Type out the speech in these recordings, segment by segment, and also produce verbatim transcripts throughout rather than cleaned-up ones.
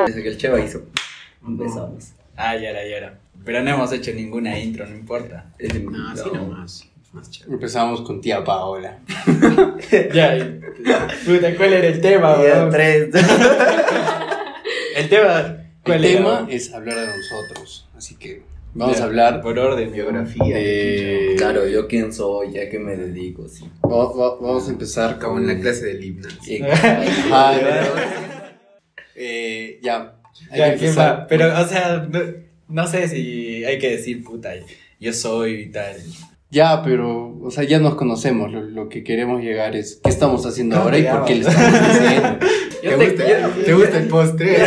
Desde que el Cheva hizo, empezamos. Ah, ya era, ya era. Pero no hemos hecho ninguna intro, no importa. No, así nomás. Más chévere. Empezamos con tía Paola. Ya, y- puta, ¿cuál era el tema, Ya, weón? tres. El tema, ¿cuál El era? tema es hablar de nosotros. Así que vamos Ya, a hablar por orden, Biografía. de... Claro, yo quién soy, a qué me dedico, sí. Va- va- Vamos a empezar Como con en la clase del himno. Sí. Ah, eh, ya. Hay Ya, que ¿quién empezar. va? Pero, o sea, no, no sé si hay que decir, puta, yo soy y tal. Ya, pero, o sea, ya nos conocemos. Lo, lo que queremos llegar es qué estamos haciendo ¿Cómo ahora y te por qué le llamas? estamos diciendo. ¿Te gusta, ¿Te gusta el postre?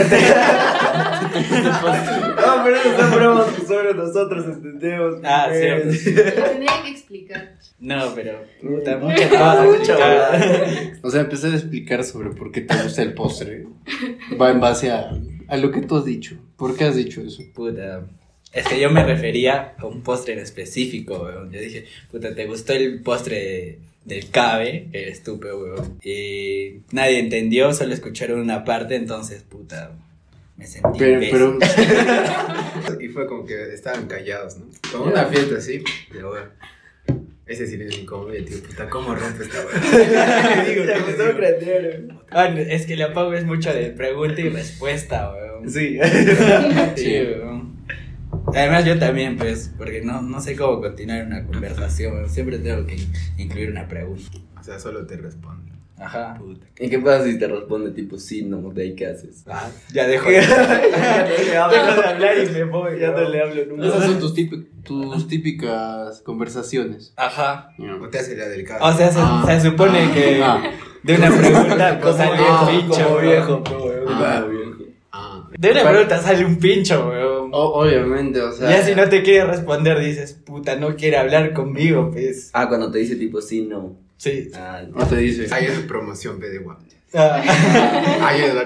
No, pero eso son bromas que solo nosotros entendemos. Ah, cierto. Lo tenía que explicar. No, pero, puta, muchas cosas. mucho, explicar. O sea, empecé a explicar sobre por qué te gusta el postre. Va en base a, a lo que tú has dicho. ¿Por qué has dicho eso? Puta, es que yo me refería a un postre en específico, weón. Yo dije, puta, ¿te gustó el postre del Cabe? Que eres tú, pe, weón. Y nadie entendió, solo escucharon una parte, entonces, puta, me sentí Pero, imbécil. pero Y fue como que estaban callados, ¿no? Como una fiesta así. Pero bueno. Ese silencio incómodo, y tío, puta, ¿cómo rompe esta weá? ¿Qué le digo? ¿Qué le digo? Ah, es que la Pau es mucho de pregunta y respuesta, weón. Sí. Sí, weón. Además yo también, pues, porque no, no sé cómo continuar una conversación, weón. Siempre tengo que incluir una pregunta. O sea, solo te respondo. Ajá. Puta. ¿Y qué pasa si te responde tipo sí, no? ¿De ahí qué haces? Ah, ya dejo de, dejo de hablar y me voy. Ya no le hablo nunca. esas son tus, típi- tus típicas conversaciones. Ajá. O te hace la del carro. O sea, se, Ah. se supone que Ah. de una pregunta pues, sale viejo, un pincho, como weón. viejo, pues, weón. Ah. Como viejo. Ah. De una pregunta sale un pincho, weón. O- obviamente, o sea. Ya si no te quiere responder dices, puta, no quiere hablar conmigo, pues. Ah, cuando te dice tipo sí, no. Sí. Ah, No te dice. Ahí es su promoción, P de guap. Ah. Ahí es la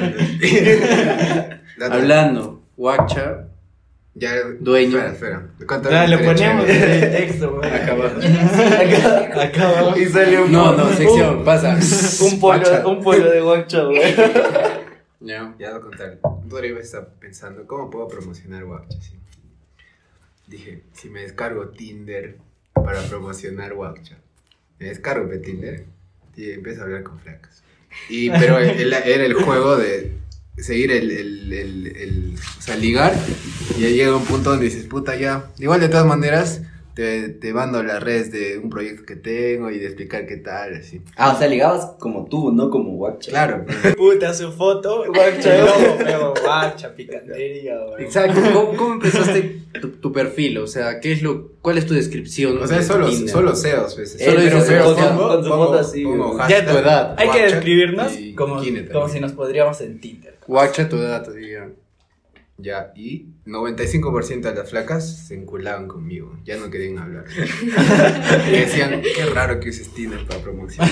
cosa. Hablando, guacha. Ya, Dueño. Espera, espera. ¿Cuánto No, lo estaría ponemos en chévere? el texto, weón. Acá abajo. Acá, acá abajo. Y sale un No, no, sección, un, pasa. un Guacha. pollo, un pollo de guacho, güey. Ya. Ya voy a contar. Todavía iba a estar pensando, ¿cómo puedo promocionar Wapcha? Sí. Dije, si me descargo Tinder para promocionar Wapcha. Me descargo de Tinder y empiezo a hablar con flacas. Y, pero el- el- era el juego de seguir el, el, el, el- o sea, ligar. Y ahí llega un punto donde dices, puta, ya. Igual de todas maneras, te, te mando las redes de un proyecto que tengo y de explicar qué tal, así. Ah, o sea, ligabas como tú, no como guacho. Claro. Puta, su foto. Guacha, el logo, pero guacha, picantería, weón. Exacto. ¿Cómo, cómo empezaste tu, tu perfil? O sea, ¿qué es lo, ¿cuál es tu descripción? O sea, de solo, Tinder? solo S E Os, pues. Eh, Solo pero dices, pero o sea, con, con su pongo- foto así, pongo güey. hashtag Ya tu edad. Hay que Wapcha describirnos y como, Kine como también. si nos podríamos en Tinder. Guacha tu edad, te diría. Ya, y noventa y cinco por ciento de las flacas se enculaban conmigo, ya no querían hablar. Y decían, qué raro que uses Tinder para promocionar.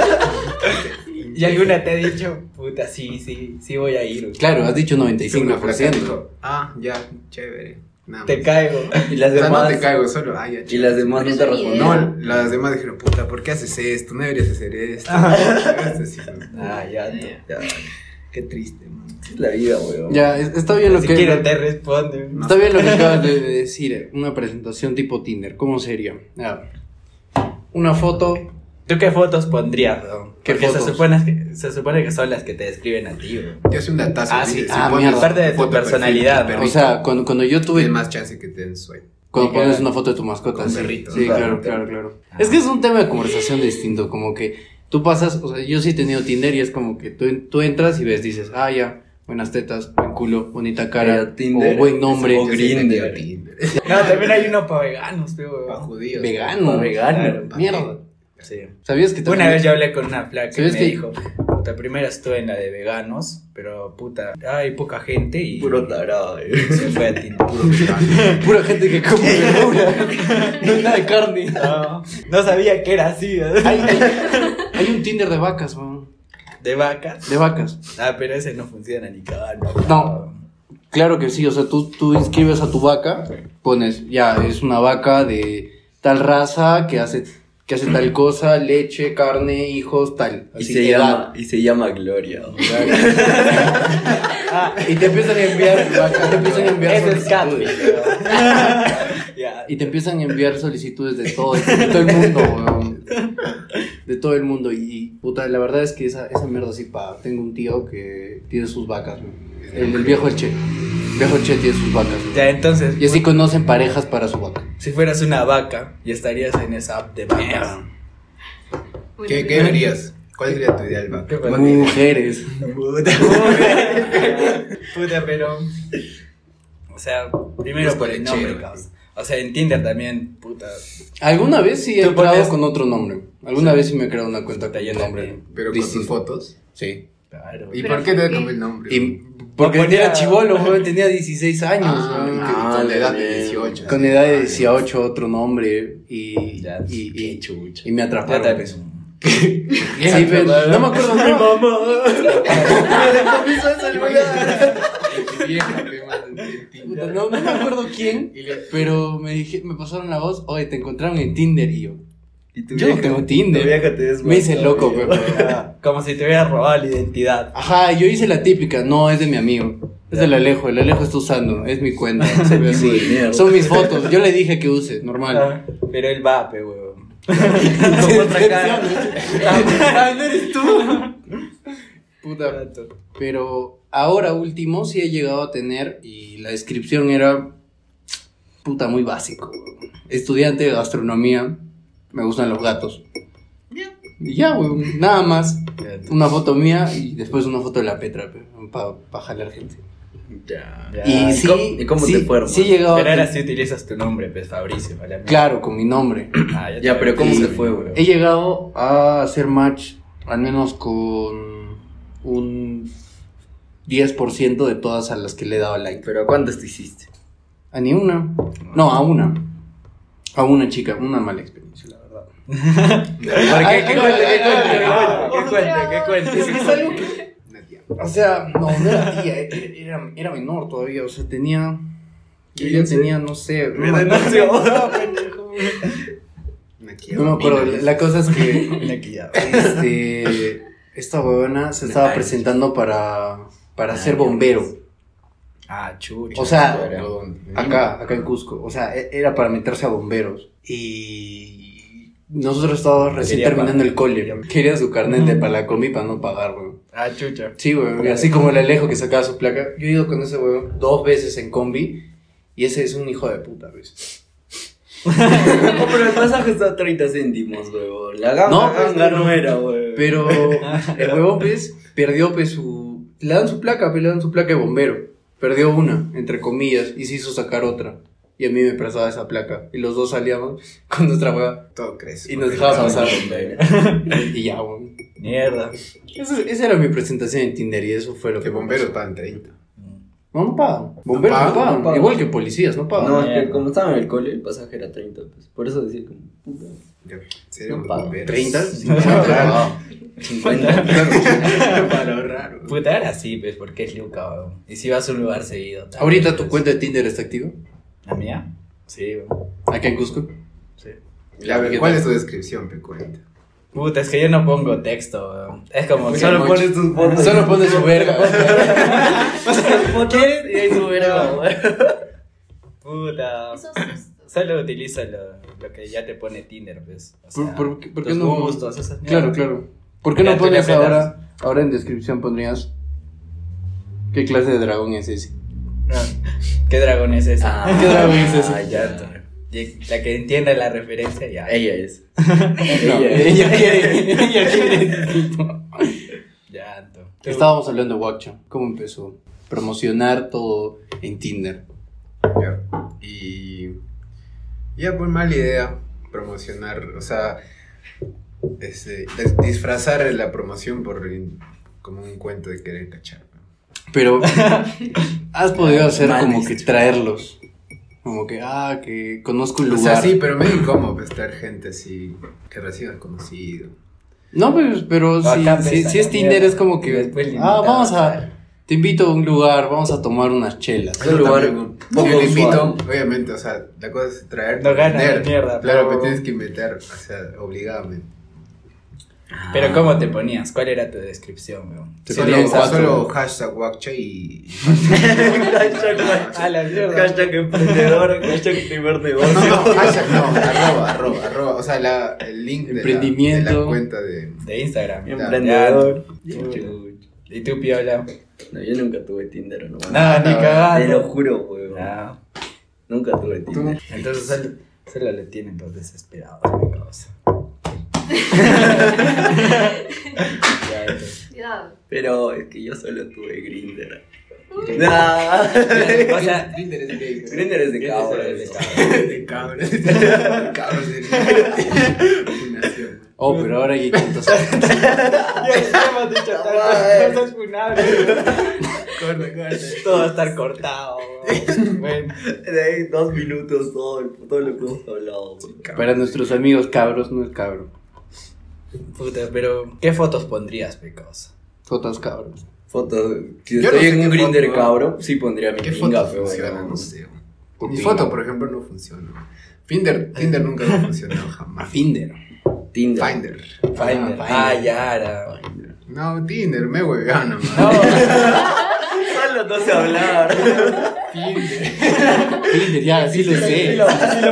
Y alguna te ha dicho, puta, sí, sí, sí voy a ir. Claro, has dicho noventa y Y cinco una por flaca ciento. dijo, ah, ya, chévere. Nada Te más. caigo. Y las O sea, demás. no te caigo, solo, ah, ya, Y chévere. las demás no te Pero responden. No, las demás dijeron, puta, ¿por qué haces esto? No deberías hacer esto. Esto sí, ¿no? Ah, ya, no. Ya, qué triste, man. Así es la vida, weón. Ya, es- está bien lo Si que... quiero te responde. Está bien lo que acabas de de decir, una presentación tipo Tinder, ¿cómo sería? Ya. Una foto, ¿Tú qué fotos pondrías, weón? ¿Qué Porque se fotos? supone, que, se supone que son las que te describen a ti, weón. Yo soy un datazo. Ah, si- sí. si Ah, pones mierda. Parte de tu foto perfil, personalidad, tu ¿no? o perrito, sea, cuando, cuando yo tuve... tienes más chance que te den swipe. Cuando Y pones que- una foto de tu mascota. con sí. perrito. Sí, Claro, claro, claro, claro. claro. Es que es un tema de conversación distinto, como que tú pasas, o sea, yo sí he tenido Tinder y es como que tú, tú entras y ves, dices, ah, ya, buenas tetas, buen culo, bonita cara, Pero Tinder o buen nombre, es Yo sí he tenido Grindr. Tinder. No, también hay uno para veganos, pe, Para weón. judíos. vegano, Vegano. mierda. Sí. ¿Sabías que Una vez yo hablé con una flaca y ¿Sabes me que- dijo, puta, primero estuve en la de veganos, pero puta, hay poca gente y Puro tarado, eh. se fue a Tinder. Puro vegano. pura gente que come verdura, no hay nada de carne. No, no sabía que era así, ¿eh? Hay, hay, hay un Tinder de vacas, man, De vacas. de vacas. Ah, pero ese no funciona ni cagando. No. Claro que sí, o sea, tú, tú inscribes a tu vaca, pones, ya, es una vaca de tal raza que hace, que hace tal cosa, leche, carne, hijos, tal. Y Así, se, edad. llama, y se llama Gloria. Ah, Y te empiezan a enviar, te empiezan a enviar Eso es solicitudes. catfish. Ya. Y te empiezan a enviar solicitudes de todo, de todo el mundo, weón. De todo el mundo. Y, puta, la verdad es que esa, esa mierda sí paga. Tengo un tío que tiene sus vacas, weón. El, el viejo el Che. El viejo Che tiene sus vacas, weón. Ya, entonces, Y así conocen parejas para su vaca. si fueras una vaca y estarías en esa app de vacas. ¿Qué, qué verías? ¿Cuál sería tu ideal vaca? ¿Qué pasa? Mujeres. Puta, puta, pero. O sea, primero por el nombre, lechero, cabrón. O sea, en Tinder también, puta. Alguna vez sí he Tú entrado pones- con otro nombre. Alguna vez sí me he creado una cuenta con Yo un nombre. también. Pero con tus distinto. fotos. Sí. Claro. ¿Y Pero por qué te ¿por qué? cambió el nombre? Y porque Ponía- era chivolo, joven, tenía dieciséis años. Ah, weón. ah, con la edad de dieciocho. Con edad de dieciocho, otro nombre. Y, Ya, y, qué y, chucha. y me Ya atraparon. tal vez. Sí, pero no me acuerdo. Mi No, mamá. Puta, no, no me acuerdo quién, Y le- pero me dije, me pasaron la voz, oye, te encontraron en Tinder y yo. Y tu Yo no vieja- tengo Tinder. tu vieja te Me hice desguazó, loco, güey. pero. Como si te hubiera robado la identidad. Ajá, yo hice la típica, no, es de mi amigo. Es del Alejo, el Alejo está usando, es mi cuenta. se ve así. Hijo de mierda. Son mis fotos, yo le dije que use, normal. Ah, Pero él va, pe, huevón. Como otra cara. Ay, no eres tú. Puta. Pero ahora último sí he llegado a tener y la descripción era puta muy básico. Estudiante de gastronomía, me gustan los gatos. Y ya, güey, nada más. Una foto mía y después una foto de la Petra, para pa jalar gente. Ya. Ya. Y ¿Y sí, cómo- y cómo sí, te fue, hermano? sí he llegado Pero a ahora te- sí utilizas tu nombre, pues Fabricio. ¿Vale? Claro, con mi nombre. Ah, te Ya, pero ¿cómo y- se fue, güey? He llegado a hacer match al menos con un diez por ciento de todas a las que le he dado like. Pero ¿a cuántas te hiciste? A ni una. No, a una. A una chica. Una mala experiencia, la verdad. ¿Por qué? Ay, ¿Qué ay, cuenta? ay, ¿Qué ay, cuenta? ay, ¿Qué cuenta? ¿Qué cuenta? Es que es algo que... Una tía. O sea, no, no era tía. Era, era menor todavía. O sea, tenía... Ella tenía, no sé... No me acuerdo. Una tía. No me acuerdo. La, la cosa es que... Aquí ya. Este... Esta huevona se estaba presentando para... Para ser bombero. Ah, chucha. O sea, Pero, Acá, acá en Cusco. O sea, e- era para meterse a bomberos. Y nosotros estábamos recién Quería terminando pagar. el cole. Quería su carnet de para la combi para no pagar, weón. Ah, chucha. Sí, weón. Y así como el Alejo que sacaba su placa. Yo he ido con ese weón dos veces en combi. Y ese es un hijo de puta, ¿ves? No, pero el pasaje está a treinta céntimos, güey. La ganga, No, no, pues, ganga no. no era, güey. Pero el huevón, pues, perdió, pues, su... Le dan su placa, pues, le dan su placa de bombero. Perdió una, entre comillas, y se hizo sacar otra. Y a mí me prestaba esa placa. Y los dos salíamos con nuestra hueva. todo crece. Y nos dejaba pasar. Güey. Y ya, weón. Mierda. Esa, esa era mi presentación en Tinder y eso fue lo Que que bomberos pagan treinta. No, no pagan. Bomberos no pagan, pagan. no pagan. Igual que policías, no pagan. No, es que como estaba en el cole, el pasaje era treinta, pues. Por eso decía como, puta, Ya, sería No un pagan. bombero. ¿treinta? Claro. cincuenta. Para ahorrar. güey. Puta, ahora sí, pues, porque es Luca, weón. Y si vas a un lugar seguido. tal ¿Ahorita vez, tu pues. cuenta de Tinder está activa? ¿La mía? Sí, weón. ¿Acá en Cusco? Sí. Ya, a ver, ¿cuál es tu descripción, pe cuenta? Puta, es que yo no pongo texto, weón. Es como que Solo mucho- pones tus fotos. Solo pones su verga. ¿Quieres? Y ahí su verga, güey. Puta. Esos sustos. Solo utilizo lo, lo que ya te pone Tinder, pues. O ¿Por, sea, por, qué- por qué tus no? gustos, esas Claro, mierdas. claro. ¿Por qué Ya, no tú le pones pelas. ahora, ahora en descripción pondrías qué clase de dragón es ese? Ah, ¿qué dragón es ese? Ah, ¿Qué dragón es ese? Ah, ya, tú. Y la que entienda la referencia, ya. Ella es. No, ella quiere, ella quiere. Ya, Anto. Estábamos hablando de Wakcha. ¿Cómo empezó? Promocionar todo en Tinder. Ya. Y. Ya, por mala idea, promocionar, o sea, este, des- disfrazar la promoción por como un cuento de querer cachar. ¿no? Pero has podido hacer Mal como que visto. traerlos. Como que, ah, que conozco un O lugar. sea, sí, pero medio incómodo estar gente así que recién has conocido. No, pues, pero No, si, acá si, empieza si es la Tinder mierda. es como Y que, después le ah, invitamos, vamos ¿sabes? a, te invito a un lugar, vamos a tomar unas chelas. Es un lugar también, un si poco yo le invito, usual. obviamente, o sea, la cosa es traer. No ganas vender. ni mierda, Claro, pero- me tienes que meter, o sea, obligadamente. Pero ¿cómo te ponías? ¿Cuál era tu descripción, weón? Te Solo, ponían cuatro. solo hashtag Wakcha y... y- Hashtag, A la mierda. hashtag emprendedor, hashtag primer No, negocio. no, no, hashtag no, arroba, arroba, arroba, o sea, la, el link de la, Emprendimiento. de la cuenta de... De Instagram. Emprendedor. ¿Y tú, Piola? No, yo nunca tuve Tinder, no. No, ni cagando. Te lo juro, weón. No. Nunca tuve Tinder. Entonces solo, solo le tienen los desesperados, mi causa. Ya, entonces. Cuidado. Pero es que yo solo tuve Grindr. Nah. O sea, Tinder es gay, ¿no? Grindr es de Grindr cabra. es de De cabros. De cabros de fundación. Oh, pero ahora hay tantas. ya hemos dicho tantas cosas funables. Corta, corta. Todo va a estar cortado. weón. Bueno, De ahí dos minutos todo, todo lo que hemos hablado. weón. Para nuestros amigos cabros, no es cabro. puta, pero ¿qué fotos pondrías, pecos? Fotos cabros. Fotos. Si Yo estoy no sé en un qué Grindr foto- cabro, sí pondría mi ¿Qué pinga, foto pero funciona? weón. No sé. Tu Mi pinga. foto, por ejemplo, no funciona. Tinder, Tinder nunca me ha funcionado jamás. Finder. Tinder. Finder. Finder. Ah, ya era. No, Tinder, me huevea nomás. No, Solo no sé hablar. Finder, ya, sí lo sé.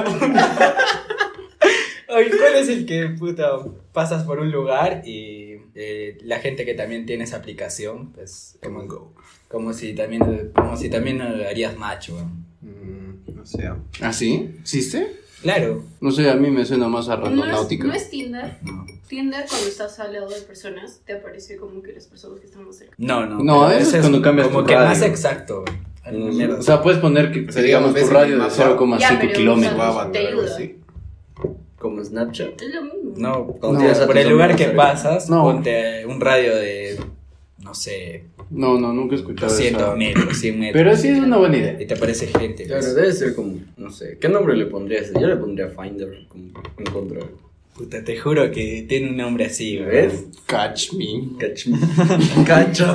Oye, ¿cuál es el que, puta, pasas por un lugar y eh, la gente que también tiene esa aplicación, pues, como, como si también, como si también harías macho, weón? Mm, no sé. ¿Ah, sí? ¿Existe? Claro. No sé, a mí me suena más a No es, randonáutica. no es Tinder. No, Tinder, cuando estás al lado de personas, te aparece como que las personas que están más cerca. no. No, No, pero eso es cuando cambias como tu que radio. más exacto. Mm, Mierda. O sea, puedes poner que, O sea, digamos, digamos, tu ves radio el de mapa. cero coma Ya, cinco pero, kilómetros. o sea, Guava, te algo ayuda. así. Como Snapchat. Es lo mismo. No, Cuando No, tienes a por tus el lugar amigos que cerca. pasas, No. ponte un radio de, no sé, No, no, nunca he escuchado doscientos esa. metros, cien metros. Pero sí es una buena idea. Y te aparece gente. Claro, pues. debe ser como, no sé, ¿qué nombre le pondrías? Yo le pondría Finder, como encontrar. Puta, te juro que tiene un nombre así, güey. ¿Ves? Catch me. Catch me. Cacha.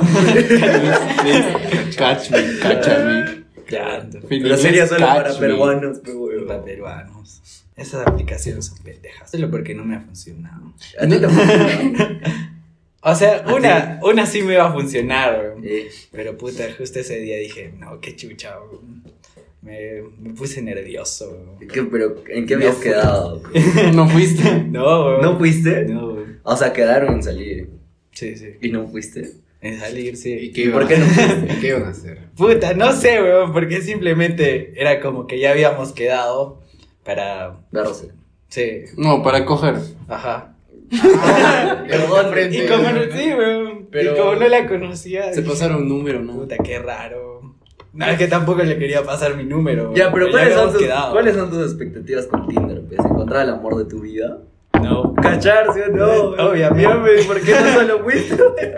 Catch me, cáchame. Claro. Pero sería solo Catch para me. peruanos, pero weón. Para peruanos. Esas aplicaciones son pendejas. Solo porque no me ha funcionado. A ti te funciona. O sea, ¿A una, una sí me iba a funcionar, güey. Eh, Pero puta, justo ese día dije, no, qué chucha, güey. Me, me puse nervioso, güey. ¿qué- pero ¿en qué habías No fui. quedado? ¿No fuiste? No, güey. ¿No fuiste? No, güey. O sea, quedaron en salir. Sí, sí. ¿Y no fuiste? En salir, sí. ¿Y qué ¿Y iban por qué a no hacer? fuiste? ¿Y qué iban a hacer? Puta, no sé, weón, porque simplemente era como que ya habíamos quedado para... Darse. Sí, No, para coger. ajá. Perdón, Y como no, sí, weón, Pero- y como no la conocía... Se dije, pasaron un número, ¿no? puta, qué raro. No, es que tampoco le quería pasar mi número. Ya, pero ¿cuáles son, habíamos tus, quedado. ¿cuáles son tus expectativas con Tinder? Pues, ¿encontrar el amor de tu vida? No. ¿Cachar, sí o no? Obviamente. Dígame, ¿por qué no solo fuiste?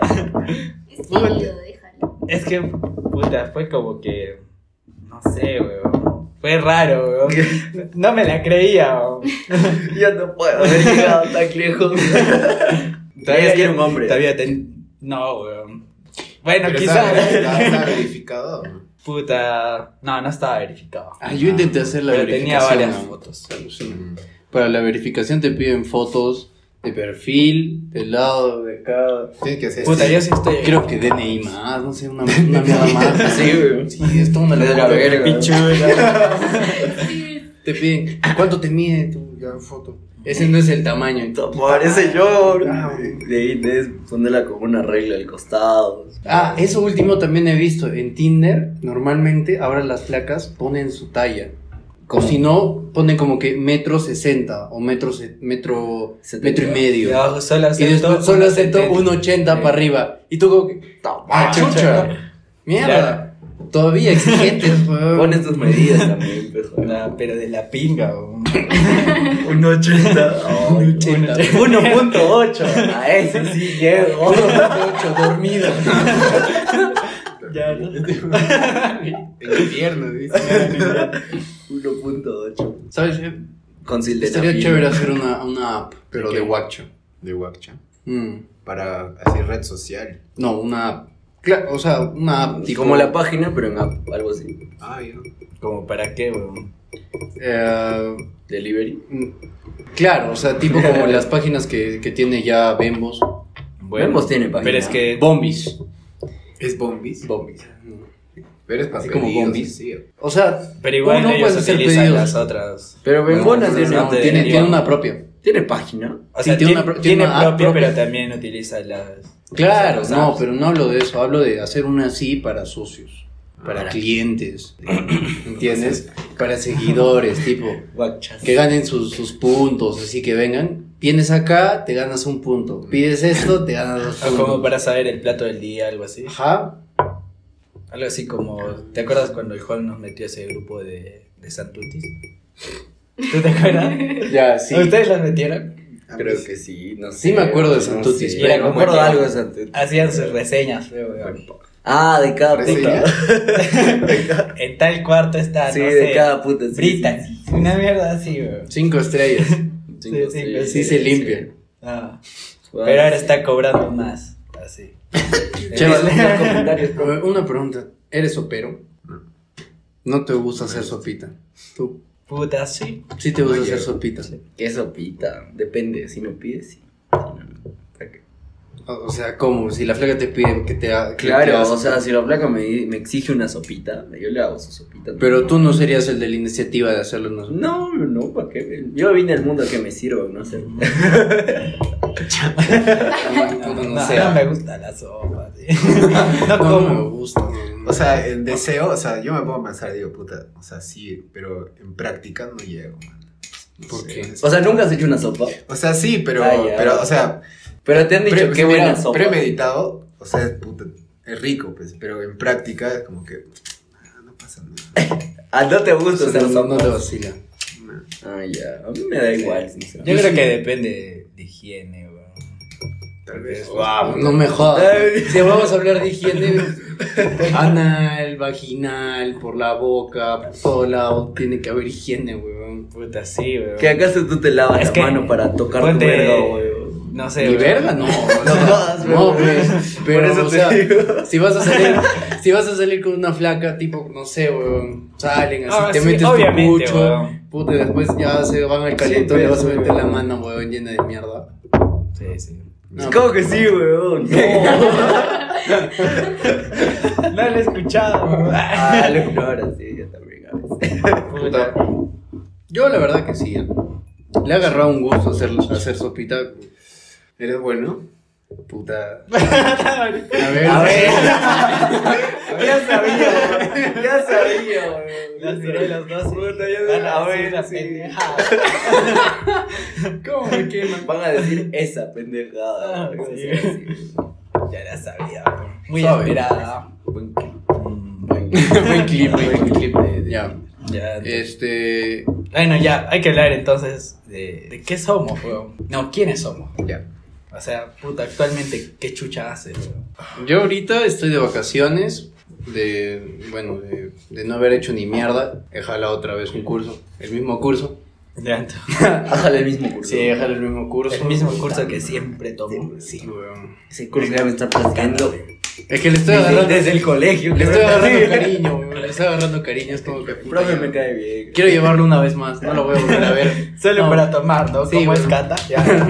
Es tímido, déjalo. Es que, puta, fue como que... No sé, weón. Fue raro, weón. No me la creía, weón. Yo no puedo haber llegado tan lejos. Todavía quiero un hombre. Todavía ten... No, weón. Bueno, Pero quizás... estaba, estaba- estaba verificado. ¿No? Puta... No, no estaba verificado. Ah, yo intenté hacer la Pero tenía verificación. varias ¿no? fotos. Alucina. Mm. Para la verificación te piden fotos de perfil, del lado, de acá. Tienes que hacer Puta, así. yo sí estoy... Creo que D N I más, no sé, una, una mierda más. Sí, güey. Sí, es toda una De la locura. verga. Pichula. Te piden, ¿cuánto te mide tu ya, foto? Ese no es el tamaño. Parece yo. Ah, De ahí debes ponerla como una regla al costado. Ah, eso último también he visto. En Tinder, normalmente, ahora las placas ponen su talla. O si no, ponen como que metro sesenta o metro, se- metro, metro y Y medio. abajo solo Y acepto... después solo uno acepto setenta. uno ochenta Sí. para arriba. Y tú como que... ¡Ah, chucha! ¡Mierda! Todavía exigentes, weón. Pones tus medidas también, pues. joder. La- pero de la pinga, weón. Un ochenta. Ay, ochenta. uno punto ocho. A ese sí llego. ocho dormido. Ya, ¿no? En invierno, dice. uno punto ocho. ¿Sabes? Con Estaría sildenafil. chévere hacer una, una app, pero ¿De de qué? Wakcha. De Wakcha. Mm. Para así red social. No, una app Claro, o sea, una app tipo... Como la página, pero en app, algo así. Ah, ya. ¿Como para qué, weón? eh, Delivery. claro, o sea, tipo como las páginas que, que tiene ya Bembos. Bueno, Bembos tiene página. pero es que... Bombis. ¿Es Bombis? Bombis. Pero es para Así como pedidos, Bombis. sí. O sea, Pero igual uno ellos puede hacer utilizan pedidos. las otras. Pero Bembona Bueno, tiene, no te- tiene, digo- tiene una propia. tiene página. O Sí, sea, tiene tiene, una pro- tiene tiene una app propia, propia. pero también utiliza las... Claro, las no, apps. pero no hablo de eso, hablo de hacer una así para socios, para Ah. clientes, ¿entiendes? Para seguidores, tipo, Guachas. que ganen sus, sus puntos, así que vengan. Vienes acá, te ganas un punto. Pides esto, te ganas dos O puntos. como para saber el plato del día, algo así. Ajá. Algo así como... ¿Te acuerdas cuando el Juan nos metió a ese grupo de, de Santutis? ¿Tú te acuerdas? Ya, sí. ¿Ustedes los metieron? Creo que sí, no sé. Sí me acuerdo de no Santutis, sé. pero me como acuerdo que- de algo de Santutis. Hacían sus reseñas, feo, weón. Ah, de cada ¿Reseña? puta. En tal cuarto está, Sí, no de sé, cada puta. sí, Britas. sí, sí. Una mierda así, weón. Cinco estrellas. Cinco, Sí, sí, sí, Sí se limpia. Ah, Wow. pero ahora está cobrando más, así. Cheva, En los comentarios, A ver, una pregunta. ¿Eres sopero? ¿No te gusta hacer sopita? ¿Tú? Puta, sí. Sí te gusta No hacer llego. sopita. ¿Qué sopita? Depende, si me pides, sí. Si no, no. ¿Para qué? O o sea, ¿cómo? Si la flaca te pide que te haga... que te Claro, hagas- o sea, si la placa me, me exige una sopita, yo le hago su sopita. Pero tú no serías el de la iniciativa de hacerlo, ¿no? No, no, ¿para qué? Yo vine al mundo a que me sirva, no sé. No, no, No, no sé. no me gusta la sopa, sí. No No, no me como. gusta. no, no. O sea, el deseo, o sea, yo me pongo a pensar, digo, puta, o sea, sí, pero en práctica no llego, man. No ¿Por sé, qué? es- O sea, nunca has hecho una sopa. O sea, sí, pero, Ah, ya. pero, o sea, Pero te han dicho pre- que buena mira, sopa. premeditado, o sea, es, puta, es rico, pues, pero en práctica es como que, ah, no pasa nada. Ah, no te gusta O sea, hacer no, sopa. no te vacila. No. Ah, ya. A mí me da igual, sinceramente. Yo creo que depende de higiene, weón. Tal vez. Wow, no me jodas. Si vamos a hablar de higiene anal, vaginal, por la boca, por todo lado, tiene que haber higiene, weón. Puta, sí, weón. ¿Que acaso tú te lavas Es la que- mano para tocar ponte- tu verga, weón? No sé, Ni weón. verga, no. o sea, jodas, no, weón. pues, pero, Por eso o te sea, digo. si vas a salir, si vas a salir con una flaca, tipo, no sé, weón, salen así, Ah, te sí, metes tu obviamente, pucho, weón. puta, y después ya se van al calentón, Sí, le vas a pues, meter la weón. mano, weón, llena de mierda. Sí, sí. No, ¿Cómo que sí, weón? No. No lo he escuchado, weón. Ah, lo ignoro, sí, yo también. a veces. Puta. Yo la verdad que sí, ¿eh? Le ha agarrado un gusto hacer, hacer sopita. ¿Eres bueno? Puta. A ver. A ver. Ya sabía, weón. Ya sabía, weón. Los tiré los dos. y Puta, ya van sé. a A decir ver, la sí. pendejada. ¿Cómo me queman? Van a decir esa pendejada. Ah, weón. sí. Sí, sí. Ya la sabía, weón. Muy Suave. esperada. Buen clip. Mm, Buen Buen clip, buen clip. de- Ya. Ya. Este. Bueno, ya, hay que hablar entonces de, de qué somos, weón. No, quiénes somos. Ya. O sea, puta, actualmente, ¿qué chucha hace, weón? Yo ahorita estoy de vacaciones. De. Bueno, de, de no haber hecho ni mierda. He jalado otra vez un curso. El mismo curso. Ya, Ájale el mismo curso. Sí, he jalado el mismo curso. el mismo curso que siempre tomo. Sí, weón. Ese curso ya me está platicando. Es que le estoy Desde, agarrando. desde el colegio. Le estoy que me- agarrando cariño, weón. Le estoy agarrando cariño. Es como que. El puta, profe ya. me cae bien. Quiero llevarlo una vez más. No lo voy a volver a ver. Solo No. para tomar, ¿no? Sí, Como es weón. cata. Ya.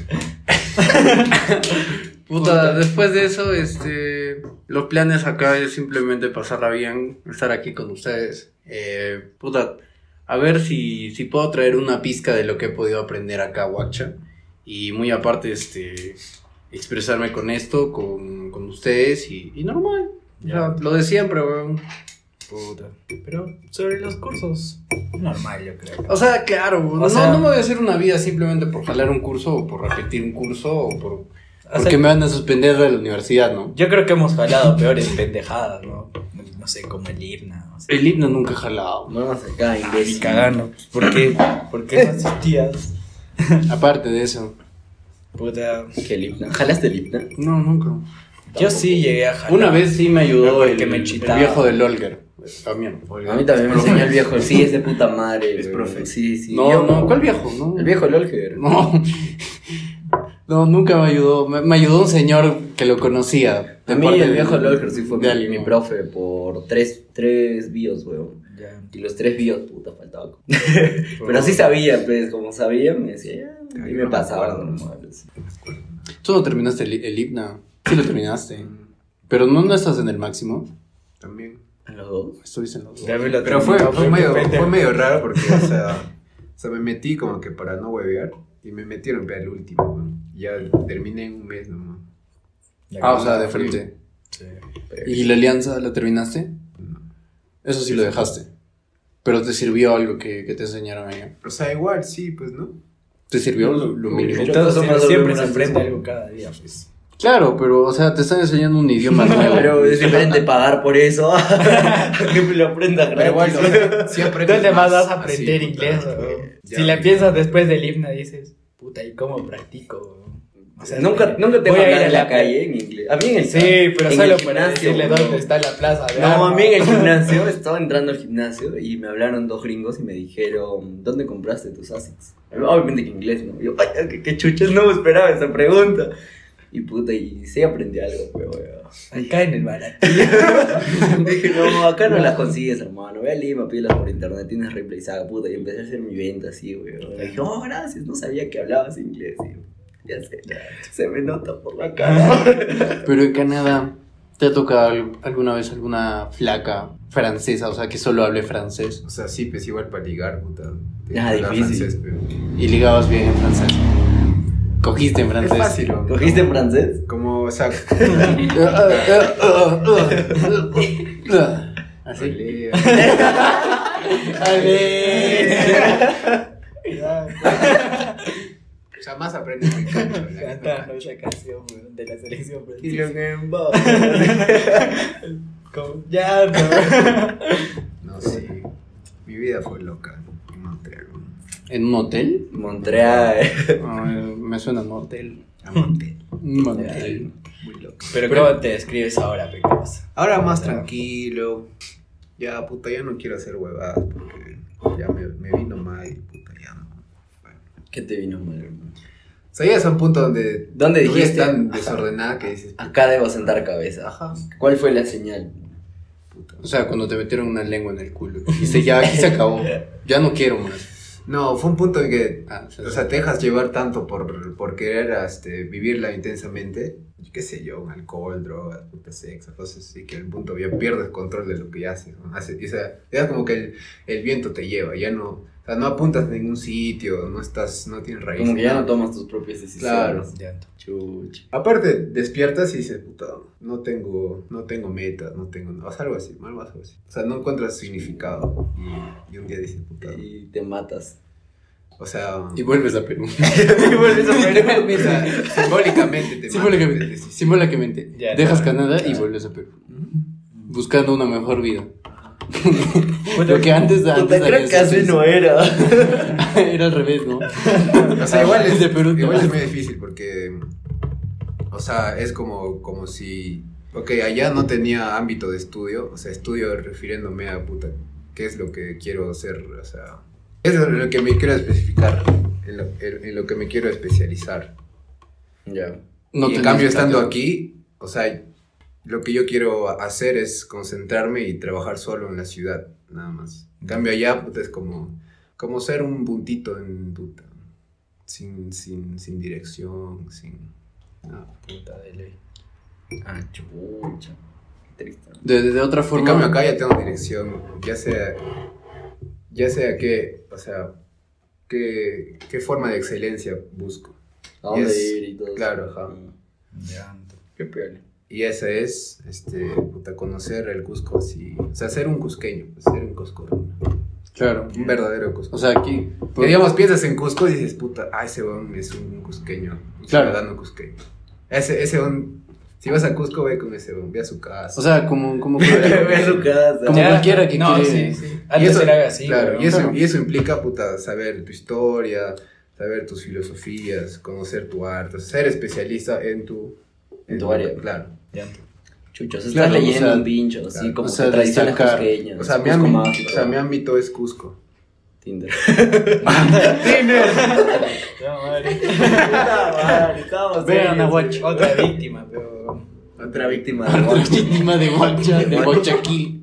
Puta, después de eso, este, los planes acá es simplemente pasarla bien, estar aquí con ustedes. Eh, puta, a ver si, si puedo traer una pizca de lo que he podido aprender acá, guacha. Y muy aparte, este, expresarme con esto, con, con ustedes y, y normal. O sea, lo de siempre, weón. Puta. Pero sobre los cursos, normal, yo creo. O sea, claro, O no, sea- no me voy a hacer una vida simplemente por jalar un curso o por repetir un curso o por... O Porque sea, me van a suspender de la universidad, ¿no? yo creo que hemos jalado peores pendejadas, ¿no? No sé, como el himna. O sea. El himno nunca he jalado. Vamos acá, Ni imbécil. cagando. ¿Por qué? ¿Por qué no asistías? Aparte de eso. Puta. ¿Qué el himna? ¿Jalaste el himna? No, nunca. Yo sí llegué a jalar. Una vez sí me ayudó Pero el, porque me el chitaba. viejo del Olger. También. A mí también me enseñó el viejo. Sí, es de puta madre. Es weón. profe. Sí, sí. No, Yo- no, ¿cuál viejo? No. El viejo Lolger. No. No, nunca me ayudó. Me, me ayudó un señor que lo conocía. A de mí parte el de- viejo Lolger sí fue de mi, alguien. mi profe por tres, tres bios, weón. Ya. Y los tres bios, puta, faltaba. Pero sí sabía, pues, como sabía, me decía, ya, y me pasaba normal. Así. Tú no terminaste el, el himna. Sí lo terminaste. Pero no, no estás en el máximo. También. ¿En los dos? Estuviste en los dos. Ya me lo Pero fue, terminó, fue, medio, pendejo. fue medio raro porque, o sea, o sea, me metí como que para no huevear y me metieron pe, al último, weón. Y ya terminé en un mes nomás. Ah, o sea, de frente. Sí. ¿Y la alianza la terminaste? No. Eso sí lo dejaste. Pero te sirvió algo que, que te enseñaron allá. O sea, igual sí, pues, ¿no? ¿Te sirvió lo, lo mínimo? Yo- Todos somos siempre dos se buenas aprende personas. algo cada día, pues. Claro, pero, o sea, te están enseñando un idioma nuevo. Pero es diferente pagar por eso. Que me lo aprenda Pero igual, gratis. sí, sí aprendes ¿Dónde más vas a así, aprender puta, inglés? porque weón? ya Si la me- piensas después del himno, dices, puta, ¿y cómo practico? weón? O sea, Nunca, nunca te voy voy a ir a a en la la- calle en inglés. A mí en el Sí, pero en solo el para gimnasio, decirle weón. dónde está la plaza de No, a armas. mí en el gimnasio, estaba entrando al gimnasio y me hablaron dos gringos y me dijeron, ¿dónde compraste tus Asics? Obviamente que inglés, ¿no? Yo, ay, qué, qué chuches, no me esperaba esa pregunta. Y puta, y sí aprendí algo, pero weón. Acá en el barato. Dije, no, acá no las consigues, hermano. Ve a Lima, pídelas por internet, tienes replay saga, puta. Y empecé a hacer mi venta así, weón. Y dije, oh, gracias, no sabía que hablabas inglés, y yo, ya sé, se me nota por la cara. Pero en Canadá, ¿te ha tocado al- alguna vez alguna flaca francesa? O sea, que solo hable francés. O sea, sí, pues igual para ligar, puta. Ah, Hablar difícil. francés, pero- Y ligabas bien en francés. Cogiste en Es francés. fácil, ¿no? ¿Cogiste en francés? Como, o sea, Así. Olé, o sea, más aprendes en cancha, ¿verdad? Cantando esa canción, weón, de la selección Y lo francesa. que Como, ya, no. No, sí. Mi vida fue loca en Montreal. ¿En un hotel? Montreal. Ay, me suena a motel. A Montreal. Un motel. Muy loco. Pero ¿cómo te describes ahora, pecados? Ahora más tranquilo. Ya, puta, ya no quiero hacer huevadas porque ya me, me vino mal y puta, ya no. Bueno. ¿Qué te vino mal, hermano? O sea, ya es un punto donde ¿Dónde tu vida es dijiste? tan Ajá. desordenada que dices, Acá debo sentar cabeza. ajá, ¿Cuál fue la señal? puta. O sea, cuando te metieron una lengua en el culo. Y dice, ya, aquí se acabó. Ya no quiero más. No, fue un punto en que, Ah, o sea, o sea, te dejas llevar tanto por, por querer este, vivirla intensamente, qué sé yo, un alcohol, drogas, puta, sexo, cosas así, que en el punto ya pierdes control de lo que haces, ¿no? Hace- o sea, ya como que el, el viento te lleva, ya no, o sea, no apuntas a ningún sitio, no estás, no tienes raíces. Como que ya no nada. tomas tus propias decisiones. Claro. Llanto. Chucha. Aparte, despiertas y dices, puta, no tengo, no tengo metas, no tengo, o sea, algo así, algo así. O sea, no encuentras significado y, y un día dices, puta, Y te matas. o sea... Y vuelves a Perú. Y vuelves a Perú. O sea, simbólicamente te Simbólicamente. matas, sí, sí. Simbólicamente. Ya, Dejas ya, Canadá y ya. vuelves a Perú. Buscando una mejor vida. Lo que antes, Puta, antes creo habías que así hecho no era. era al revés, ¿no? O sea, igual es, De Perú te igual es vas. muy difícil porque, o sea, es como, como si, ok, allá no tenía ámbito de estudio, o sea, estudio refiriéndome a, puta, qué es lo que quiero hacer, o sea, es lo que me quiero especificar, en lo, en- en lo que me quiero especializar. Ya. No y en tenías cambio, que estando cambiar. aquí, o sea, lo que yo quiero hacer es concentrarme y trabajar solo en la ciudad, nada más. En cambio, allá, puta, es como, como ser un puntito en puta, sin, sin, sin dirección, sin nada. Puta de ley. Ah, chucha. Qué triste. De, de, de otra En forma. cambio, acá ya tengo dirección, ya sea, ya sea qué, o sea, qué, qué forma de excelencia busco. ¿A dónde Yes. ir y todo eso? Claro, ajá. Llanto. Qué piola. Y esa es, este, puta, conocer el Cusco así, o sea, ser un cusqueño, pues, ser un Cusco, Claro. un verdadero Cusco. O sea, aquí. Que, digamos, piensas en Cusco y dices, puta, ah, ese weón es un cusqueño, un Claro. ciudadano cusqueño. Ese, ese weón, si vas a Cusco, ve con ese weón, ve a su casa. O sea, como. como Ve a su casa. Como Ya, cualquiera que no, quiere- sí, sí. Y Antes eso- era así, claro, weón. y eso, Claro. y eso implica, puta, saber tu historia, saber tus filosofías, conocer tu arte, ser especialista en tu, En tu área. Claro. Llanto. Chucha, se Claro, está o leyendo sea, un pincho, así claro. como O sea, que tradiciones destacar. cusqueñas. O sea, mi Cusco ámbito, mágico. o sea, mi ámbito es Cusco. Tinder. Tinder. No, madre. Vean a Watch. Otra víctima, pero. Otra víctima Otra de víctima de Watcha, de Guayaquil.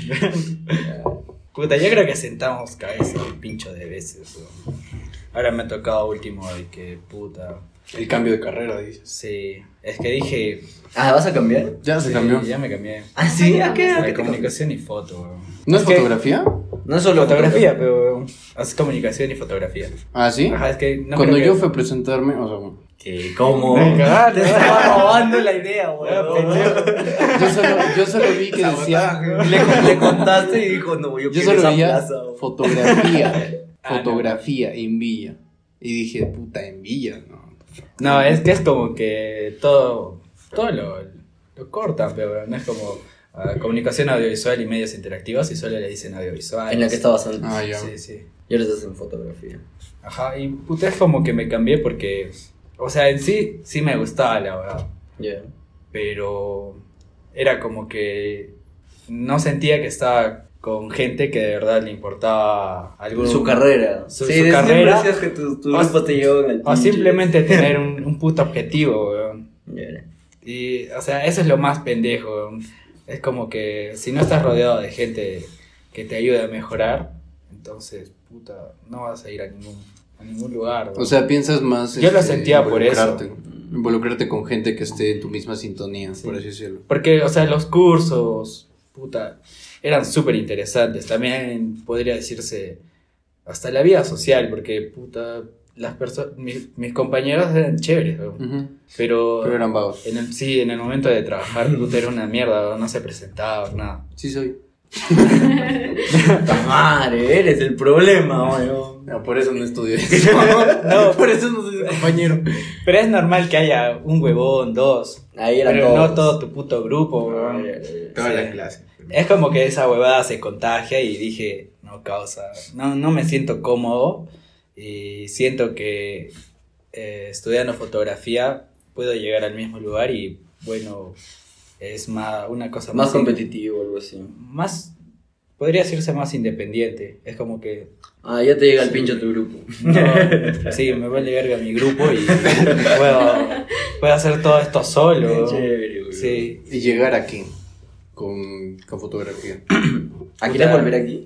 Puta, yo creo que sentamos cabeza un pincho de veces, weón. Ahora me ha tocado último de que, puta. El cambio de carrera, dices. Sí, es que dije. Ah, ¿vas a cambiar? Ya se sí, cambió. Ya me cambié. Ah, sí, ¿a qué? ¿A De qué te comunicación y foto, weón. ¿No es Es que- fotografía? No es solo Fotografía, pero weón, haces comunicación y fotografía. Ah, ¿sí? Ajá, es que no Cuando creo yo que- fui a presentarme, o sea, bueno, ¿Qué? ¿Cómo? Me cagaste, Te estaba robando la idea, Weón, weón. yo solo, yo solo vi que decía, Le, le contaste y dijo, no, yo, yo quiero solo esa veía plaza, weón. fotografía, Ah, fotografía en Villa. Y dije, puta, en Villa, ¿no? No, es que es como que todo, todo lo, lo cortan, pero no es como ah, comunicación audiovisual y medios interactivos y solo le dicen audiovisual. En la que estabas antes. Ah, ya. Sí, sí. Y ahora estás en fotografía. Ajá, y puta es como que me cambié porque, o sea, en sí, sí me gustaba la verdad, Ya. pero era como que no sentía que estaba con gente que de verdad le importaba algún... Su carrera. Su- sí, su de- siempre carrera. decías que tu, tu O- grupo te llevó en el O pinche. simplemente tener un, un puto objetivo, weón. Ya. Y, o sea, eso es lo más pendejo, weón. Es como que si no estás rodeado de gente que te ayude a mejorar, entonces, puta, no vas a ir a ningún, a ningún lugar, weón. O sea, piensas más. Yo lo sentía por eso. involucrarte- Involucrarte con gente que esté en tu misma sintonía, Sí. por así decirlo. Porque, o sea, los cursos, puta, eran súper interesantes. También podría decirse hasta la vida social, porque, puta, las personas, mis, mis compañeros eran chéveres, weón. Ujú. Pero, Pero eran vagos. en el, sí, en el momento de trabajar, puta, era una mierda, weón, no se presentaban, nada. Sí, soy. Puta madre, eres el problema, weón. No, por eso no estudio eso. no, por eso no soy su compañero. Pero es normal que haya un huevón, dos, Ahí eran pero todos. no todo tu puto grupo, Ah, weón. ya, ya, ya. Toda Sí. la clase. Es como que esa huevada se contagia y dije, no causa, no, no me siento cómodo y siento que eh, estudiando fotografía puedo llegar al mismo lugar y bueno, es más una cosa Más más, competitivo, algo así. más, podría decirse más independiente, es como que, Ah, ya te llega el pincho a tu grupo. no, sí, me vale verga mi grupo y puedo, puedo hacer todo esto solo, Chévere, weón. sí. Y llegar aquí con, con fotografía. ¿A quieres volver aquí?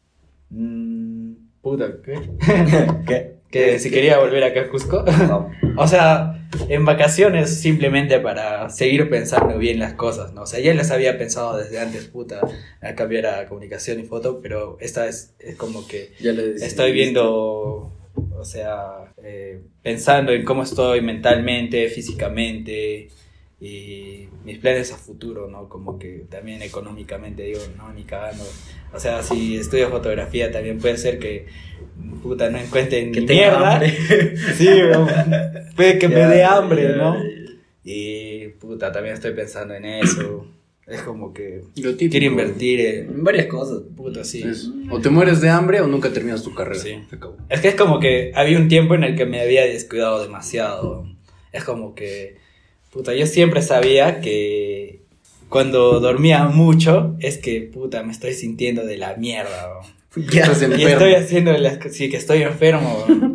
Mm, puta, ¿qué? ¿Qué? Que si quería volver acá a Cusco. No. O sea, en vacaciones simplemente para seguir pensando bien las cosas, ¿no? O sea, ya las había pensado desde antes, puta, a cambiar a comunicación y foto, pero esta vez es como que Ya lo decidiste. estoy viendo, o sea, eh, pensando en cómo estoy mentalmente, físicamente y mis planes a futuro, ¿no? Como que también económicamente digo, no, ni cagando. O sea, si estudio fotografía también puede ser que, puta, no encuentren Que ni tenga mierda. hambre. Sí, bro. Puede que me Ya, dé hambre, ya, ¿no? ya. Y, puta, también estoy pensando en eso. Es como que Lo típico. quiero invertir en... En varias cosas. Puta, sí. Es, o te mueres de hambre o nunca terminas tu carrera. Sí. Se acabó. Es que es como que había un tiempo en el que me había descuidado demasiado. Es como que, puta, yo siempre sabía que cuando dormía mucho es que, puta, me estoy sintiendo de la mierda. ¿no? Ya. Estás Y enfermo. estoy haciendo las cosas, sí, que estoy enfermo. ¿no?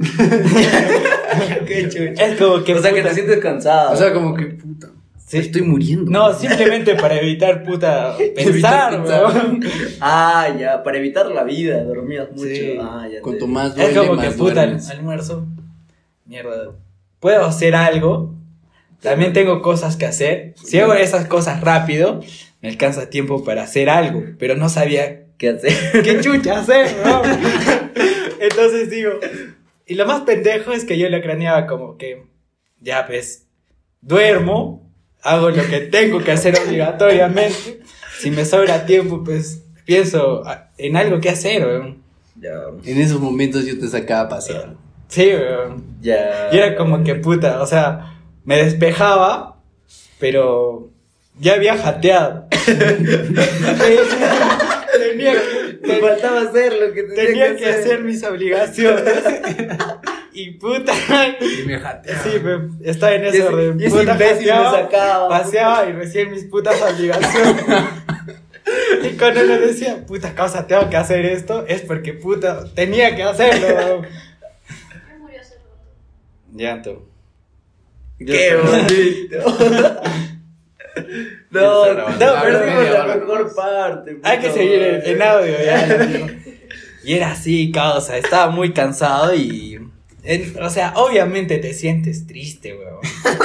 Qué chucha. Es como que, O sea, que puta, te sientes cansado. O sea, como que, puta, sí. estoy muriendo. No, simplemente para evitar, puta, pensar, pensar. weón. Ah, ya, para evitar la vida, dormías mucho. Sí. Ah, ya. Cuanto te- más Es duele, como que, más puta, al- duermes. almuerzo, mierda, puedo hacer algo, también tengo cosas que hacer, si hago esas cosas rápido, me alcanza tiempo para hacer algo, pero no sabía ¿Qué hacer? qué chucha hacer, ¿no? Entonces digo, y lo más pendejo es que yo lo craneaba como que, ya pues, duermo, hago lo que tengo que hacer obligatoriamente, si me sobra tiempo, pues, pienso ah, en algo que hacer, weón. Ya. En esos momentos yo te sacaba a pasear. Sí, weón. Ya. Y era como que puta, o sea, me despejaba, pero ya había jateado. tenía que, Me faltaba hacer lo que tenía, tenía que hacer mis obligaciones. Y puta, Y me jateaba. sí, me, estaba en Y ese ese- orden. y ese Puta, imbécil me paseaba, sacaba. paseaba y recién mis putas obligaciones. Y cuando le decía, puta causa, tengo que hacer esto, es porque puta, tenía que hacerlo, weón. Me murió hace rato. Llanto. ¡Qué bonito! No, no, No, pero perdimos media la hora. mejor parte. Hay que puta seguir madre. en, en audio ya. Y era así, causa, estaba muy cansado y... en- o sea, obviamente te sientes triste, weón.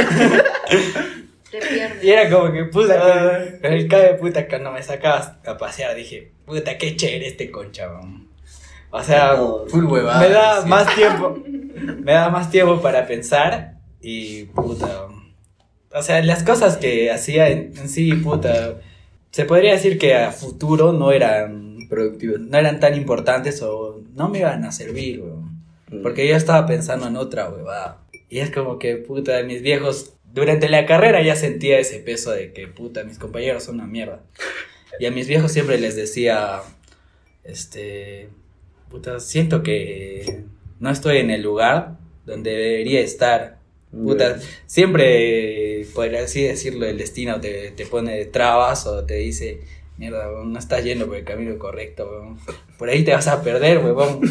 Te pierdes. Y era como que, puta, con- con el cabe puta, cuando me sacabas a pasear, dije, puta, qué chévere este concha, weón. O sea, No, Full huevada. me da sí. más tiempo, me da más tiempo para pensar y, puta, o sea, las cosas que hacía en, en sí, puta, se podría decir que a futuro no eran productivas, no eran tan importantes o no me iban a servir, weón. Porque yo estaba pensando en otra huevada. Y es como que, puta, mis viejos, durante la carrera ya sentía ese peso de que, puta, mis compañeros son una mierda. Y a mis viejos siempre les decía, este, puta, siento que no estoy en el lugar donde debería estar. Puta, siempre, por así decirlo, el destino te, te pone trabas o te dice, mierda, weón, no estás yendo por el camino correcto, weón. Por ahí te vas a perder, weón.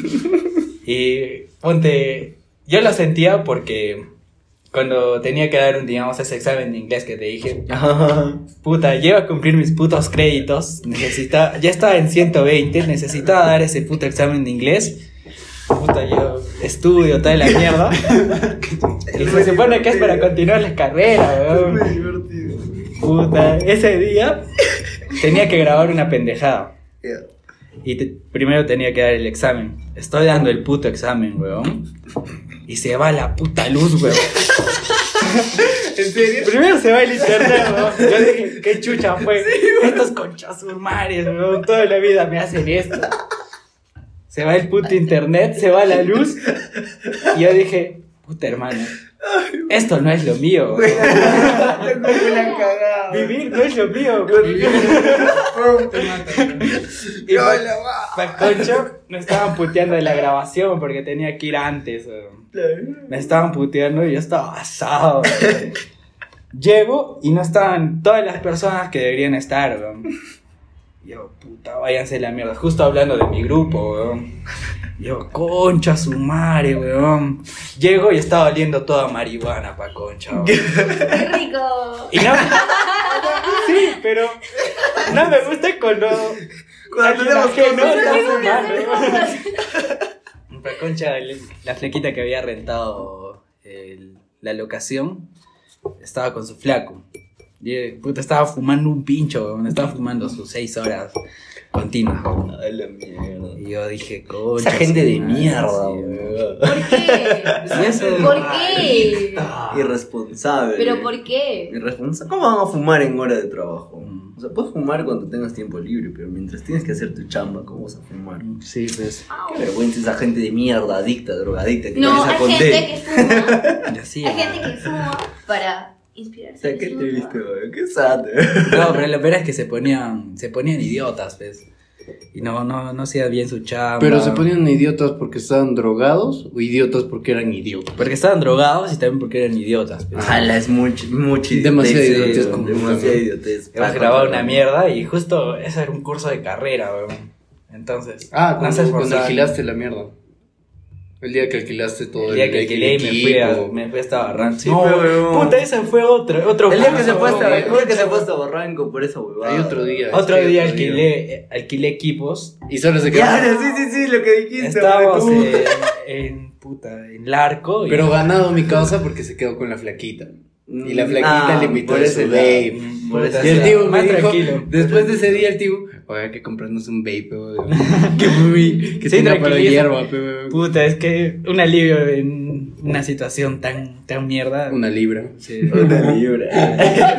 Y ponte, yo lo sentía porque cuando tenía que dar, un, digamos, ese examen de inglés que te dije, puta, llevo a cumplir mis putos créditos, necesitaba, ya estaba en ciento veinte, necesitaba dar ese puto examen de inglés. Puta, yo estudio, toda la mierda. Y se supone que es para continuar la carrera, weón. Muy divertido. Puta, ese día tenía que grabar una pendejada. Ya. Y te- primero tenía que dar el examen. Estoy dando el puto examen, weón. Y se va la puta luz, weón. ¿En serio? Primero se va el internet, weón. Yo dije, qué chucha fue. Estos conchas sumarios, weón. Toda la vida me hacen esto. Se va el puto internet, se va la luz. Y yo dije, puta hermano, esto no es lo mío, weón. la cagada. Vivir no es lo mío, Vivir. weón. Te mata, weón. Y pa, pa Concho me estaban puteando de la grabación porque tenía que ir antes, weón. Me estaban puteando y yo estaba asado, weón. Llego y no estaban todas las personas que deberían estar, weón. Yo, puta, váyanse a la mierda. Justo hablando de mi grupo, weón. Yo, concha su madre, weón. Llego y estaba oliendo toda marihuana pa' concha, weón. ¡Qué rico! Y no. Sí, pero no me gusta cuando. Cuando alguien tenemos ajeno cosas está que fumando. hacer. Pa' concha, el- la flequita que había rentado el- la locación estaba con su flaco. Y eh, puta, estaba fumando un pincho, weón. Estaba fumando sus seis horas continuas. Ay, la mierda. Y yo dije, concha. Esa gente de su madre, mierda, sí, weón. ¿Por qué? Sí, eso- ¿Por qué? Irresponsable. ¿Pero por qué? Irresponsable. ¿Cómo van a fumar en hora de trabajo? Mm. O sea, puedes fumar cuando tengas tiempo libre, pero mientras tienes que hacer tu chamba, ¿cómo vas a fumar? Sí, pues. Qué vergüenza esa gente de mierda, adicta, drogadicta, que No, empieza hay con gente D. que fuma. Ya sí, Hay weón. gente que fuma para O inspirarse. sea, qué Es un- triste, weón. Qué sad. No, pero lo peor es que se ponían, se ponían idiotas, pues. Y no, no, no hacía bien su chamba. Pero se ponían idiotas porque estaban drogados o idiotas porque eran idiotas. Porque estaban drogados y también porque eran idiotas, pues. Ojalá, es mucho, mucho Demasiada idiotez, idiotez weón, como demasiada mujer. idiotez. Hemos grabado una mierda y justo eso era un curso de carrera, weón. Entonces, Ah, no cuando, se cuando esforzaban. alquilaste la mierda. El día que alquilaste todo El día que el alquilé y me fui a, equipo. me fui a esta barranca. Sí, weón. puta, ese fue otro, otro El día que se curso, fue hasta, weón. el día que se fue hasta Barranco por esa huevada. Hay otro día. Otro es que día otro alquilé, eh, alquilé equipos. Y solo se quedó. Ya, sí, sí, sí, lo que dijiste. Estábamos weón. en, en, puta, en Larco. y- Pero ganado mi causa porque se quedó con la flaquita. Y la flaquita Ah, le invitó por a eso, ese ya. vape. Por eso, Y el ya. tío me Más dijo, tranquilo. después de ese día el tío, oye, hay que comprarnos un vape, weón. Que muy, que Sí, tenga para tranquiliza. hierba, pe, weón. Puta, es que un alivio en una situación tan, tan mierda. Una libra. Sí. Una libra.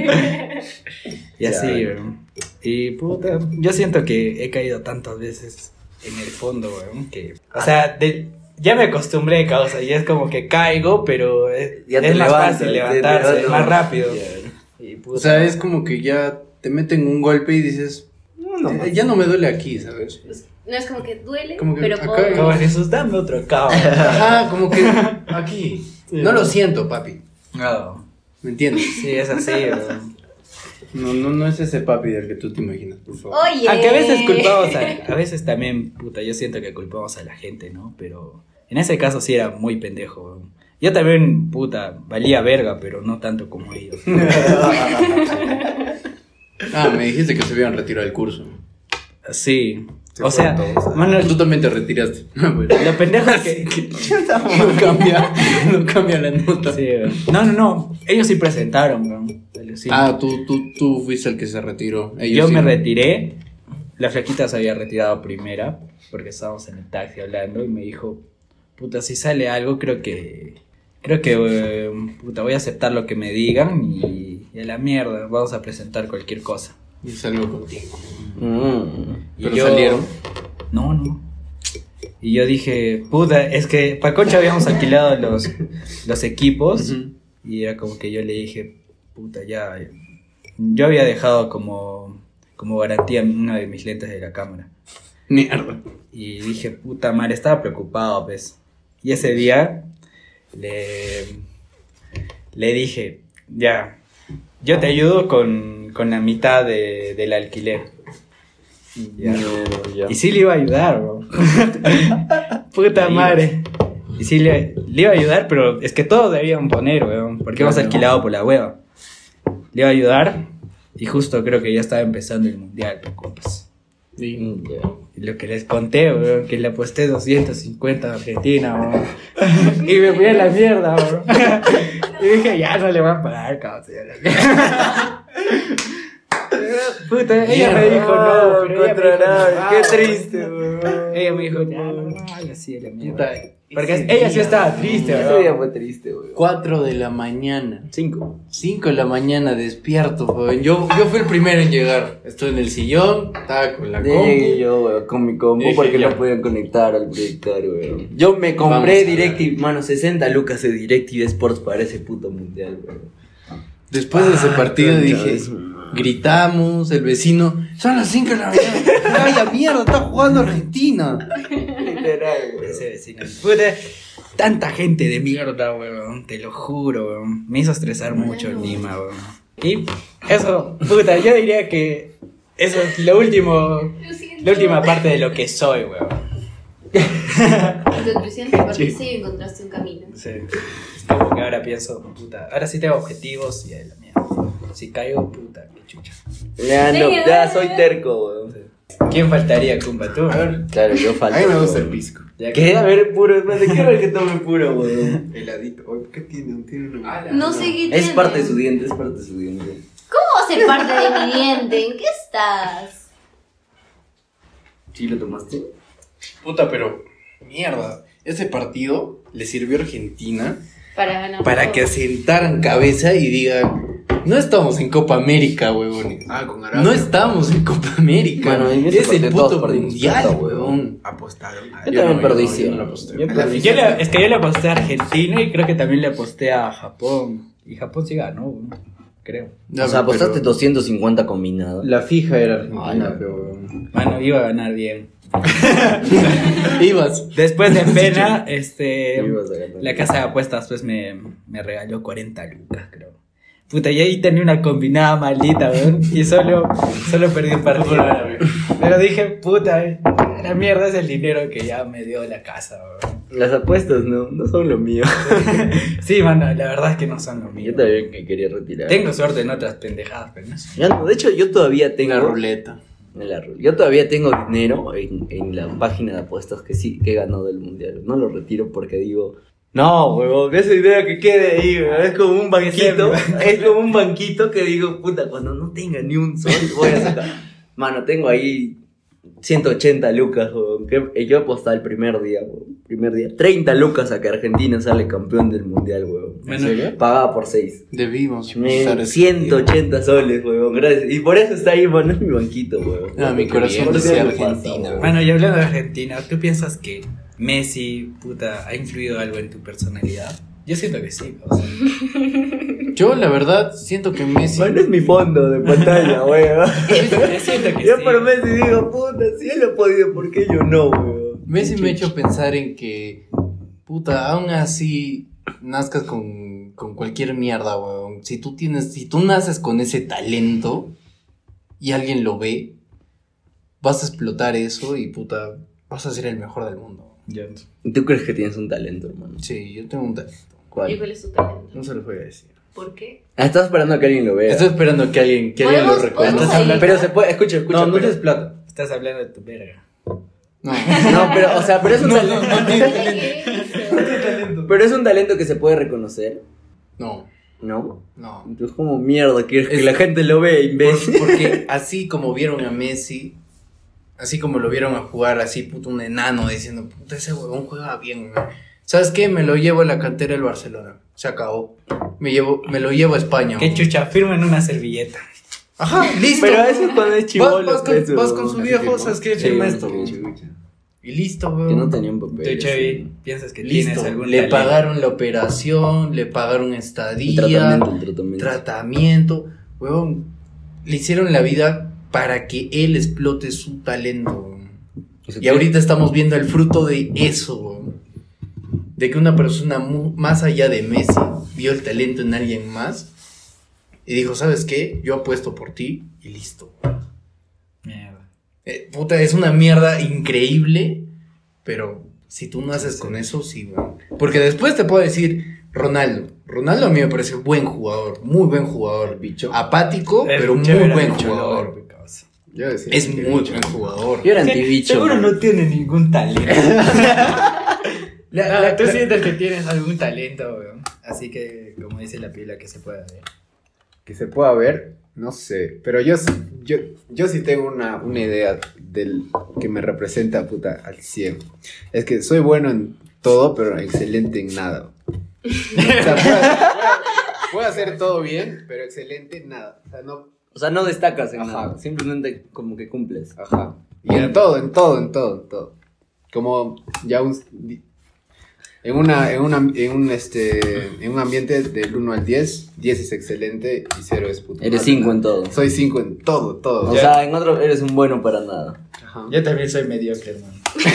Y así, Ya. weón. Y puta, yo siento que he caído tantas veces en el fondo, weón, que... O sea, de- ya me acostumbré, causa, y es como que caigo, pero es, Ya te es más levantas, fácil te- levantarse, te- es más rápido. Ya. Y, puta, O sea, es como que ya te meten un golpe y dices, No, "Eh, ya no me duele aquí, ¿sabes? No es como que duele, Como que pero acá- puedo- como Jesús, dame otro cabo. Ajá, como que aquí. Sí. No lo siento, papi. No, ¿Me entiendes? sí, es así, weón. No, no, no es ese papi del que tú te imaginas, por favor. Oye. Aunque a veces culpamos a, a veces también, puta, yo siento que culpamos a la gente, ¿no? Pero en ese caso sí era muy pendejo, weón. Yo también, puta, valía verga, pero no tanto como ellos. Ah, me dijiste que se habían retirado del curso. Sí. Se O sea, fueron todos, mano, Tú también te retiraste. Bueno, lo pendejo es que... no cambia, no cambia la nota. Sí, weón. No, no, no. Ellos sí presentaron, weón. Sí. Ah, tú, tú, tú fuiste el que se retiró. Ellos Yo sí. me retiré. La flaquita se había retirado primera. Porque estábamos en el taxi hablando. Y me dijo: puta, si sale algo, creo que. Creo que. eh, puta, voy a aceptar lo que me digan. Y, y a la mierda. Vamos a presentar cualquier cosa. Y salgo contigo. Mm. Y ¿Pero yo- salieron? No, no. Y yo dije: puta, es que para Concha habíamos alquilado los, los equipos. Ujú. Y era como que yo le dije: puta, ya. Yo había dejado como, como garantía una de mis lentes de la cámara. Mierda. Y dije: puta madre, estaba preocupado, pues. Y ese día le, le dije: ya, yo te ayudo con, con la mitad de, del alquiler. Ya. No, ya. Y sí le iba a ayudar, bro. Puta Ahí madre. Y sí le, le iba a ayudar, pero es que todos debían poner, weón. Porque hemos Claro. alquilado por la hueva. Le iba a ayudar. Y justo creo que ya estaba empezando el mundial, pues, compas. Sí. Mm, ya. Y lo que les conté, weón, que le aposté doscientos cincuenta a Argentina, weón. Y me fui a la mierda, weón. Y dije: ya no le van a pagar, cabrón. Puta, ella me dijo: no, pero ella me dijo: no, Qué weón. triste, weón. Ella me dijo: ya, normal, así de la mierda. Puta, Porque ese ella sí día- estaba triste, Ese día weón. fue triste, weón. Cuatro de la mañana. Cinco. Cinco de la mañana despierto, joven. Yo, yo fui el primero en llegar. Estoy en el sillón, estaba con la Llegué compu. yo, weón, con mi combo Dije, porque ya. no podían conectar al proyector, weón. Yo me Vamos compré a DirecTV, mano, sesenta lucas de DirecTV Sports para ese puto mundial, weón. Después de ese Ah, partido concha dije, de su madre. gritamos, el vecino, son las cinco de la mañana. Vaya mierda, está jugando Argentina. Literal, weón. Ese vecino. Puta, tanta gente de mierda, weón. Te lo juro, weón. Me hizo estresar mucho en Lima, weón. Y eso, puta, yo diría que eso es lo último, Lo siento. la última parte de lo que soy, weón. En conclusión, te partiste y encontraste un camino. Sí. Es como que ahora pienso: puta, ahora sí tengo objetivos y a la mierda. Si caigo, puta, qué chucha. Ya, no, ya soy terco, weón. ¿Quién faltaría, Kumba? Tú. A ver, Claro, yo falto. A mí me gusta el weón. pisco. Ya ¿Qué? A ver, puro, ¿de qué hora que tome puro, weón? Heladito. Oye, ¿qué tiene? Tiene una. No sé qué Es tiene. parte de su diente, es parte de su diente. ¿Cómo va a ser parte de mi diente? ¿En qué estás? ¿Sí lo tomaste? puta, pero mierda. Ese partido le sirvió a Argentina Para ganar. para todo. que asentaran cabeza y digan, no estamos en Copa América, huevón. Ah, con Arabia. No estamos en Copa América. Bueno, en ese es el partido todos puto perdimos mundial, plata, huevón. Apostaron. Yo Yo también no, yo perdí, no, sí. yo no la aposté. Yo A la perdí. Yo le- es que yo le aposté a Argentina y creo que también le aposté a Japón. Y Japón sí ganó, weón, creo. Ya, O sea, apostaste pero doscientos cincuenta combinado. La fija era Argentina, Ay, pero... Bueno, iba a ganar bien. Ibas. Después de pena, este, Ibas a ganar. la casa de apuestas pues me, me regaló cuarenta lucas, creo. Puta, y ahí tenía una combinada maldita, weón. Y solo, solo perdí un partido. Pero dije: puta, eh, la mierda es el dinero que ya me dio la casa, weón. Las apuestas no, no son lo mío. Sí, mano, la verdad es que no son lo mío. Yo también que quería retirar. Tengo suerte en otras pendejadas, pero no sé. Ya no, de hecho, yo todavía tengo. La ruleta. En la ruleta. Yo todavía tengo dinero en, en la página de apuestas que sí que he ganado del mundial. No lo retiro porque digo, no, huevón, esa idea que quede ahí, huevón. Es como un banquito. Es como un banquito que digo, puta, cuando no tenga ni un sol, voy a sacar. Mano, tengo ahí ciento ochenta lucas, huevón. Que yo apostaba el primer día, huevón. Primer día. treinta lucas a que Argentina sale campeón del mundial, huevón. ¿En serio? Pagaba por seis. Debimos Me- apostar ese ciento partido. ochenta soles, huevón, gracias. Y por eso está ahí, mano, es mi banquito, huevón. Ah, mi corazón Porque decía algo pasa, Argentina. huevón. Bueno, y hablando de Argentina, ¿tú piensas que Messi, puta, ha influido algo en tu personalidad? Yo siento que sí, o sea. Yo, la verdad, siento que Messi... Bueno, es mi fondo de pantalla, huevón. Yo siento que Yo sí. por Messi digo, puta, si él lo ha podido, ¿por qué yo no, huevón? Messi me ha hecho pensar en que, puta, aún así nazcas con, con cualquier mierda, weón. Si tú tienes, si tú naces con ese talento y alguien lo ve, vas a explotar eso y puta, vas a ser el mejor del mundo. Yo- ¿Y tú crees que tienes un talento, hermano? Sí, yo tengo un talento. ¿Y ¿Cuál? cuál es tu talento? No se los voy a decir. ¿Por qué? Ah, estás esperando a que alguien lo vea. Estoy esperando que alguien, que alguien lo ¿Podemos- recuerde. podemos Estás ahí? hablando- Pero se puede, escucha, escucha. No, no pero- tienes plata. Estás hablando de tu verga. No. No, pero, o sea, pero es un talento. ¿Qué hizo? Pero es un talento que se puede reconocer, No, ¿no? no. Entonces, como mierda, quieres que Es- la gente lo vea, imbécil. Por- Porque así como vieron a Messi, así como lo vieron a jugar así, puto, un enano diciendo, puta, ese huevón juega bien, güey. ¿Sabes qué? Me lo llevo a la cantera del Barcelona. Se acabó. Me llevo, me lo llevo a España. Qué güey. chucha, firma en una servilleta. Ajá, listo. Pero eso es cuando es Vas, chibolo. vas con, pues, vas o- con su así viejo, firmó. ¿sabes qué? Sí, Firma sí, esto. sí. güey. Chucha. Y listo, Que güey. no tenía un papel. Tú, Chavi, sí. piensas que Listo. tienes algún Le talento. pagaron la operación, le pagaron El estadía, tratamiento, el tratamiento. tratamiento, huevón, le hicieron la vida para que él explote su talento, huevón. Y ahorita estamos viendo el fruto de eso, huevón. De que una persona mu- más allá de Messi vio el talento en alguien más y dijo, ¿sabes qué? Yo apuesto por ti y listo. Mierda. Eh, puta, es una mierda increíble, pero si tú no haces con eso, sí, weón. Porque después te puedo decir, Ronaldo. Ronaldo a mí me parece buen jugador, muy buen jugador. Bicho. Apático, Es pero muy chévere, buen bicho, jugador. lo- causa. Yo decía Es que muy bicho. buen jugador. Yo era Sí, antibicho. Seguro man. no tiene ningún talento. La- No, la- tú la- sientes que tienes algún talento, weón. Así que, como dice la pila, que se pueda ver. Que se pueda ver, no sé. Pero yo, sí- yo, yo sí tengo una, una idea del que me representa, puta, al cien. Es que soy bueno en todo, pero excelente en nada. O sea, puedo, puedo hacer todo bien, pero excelente en nada. O sea, no. O sea, no destacas en Ajá. nada. Simplemente como que cumples. Ajá. Y en todo, en todo, en todo, en todo. Como ya un. En una, en una, en un este, en un ambiente del uno al diez, diez es excelente y cero es puto. Eres madre, cinco ¿no? en todo. Soy cinco en todo, todo. O Ya. sea, en otro eres un bueno para nada. Ajá. Yo también soy mediocre, hermano.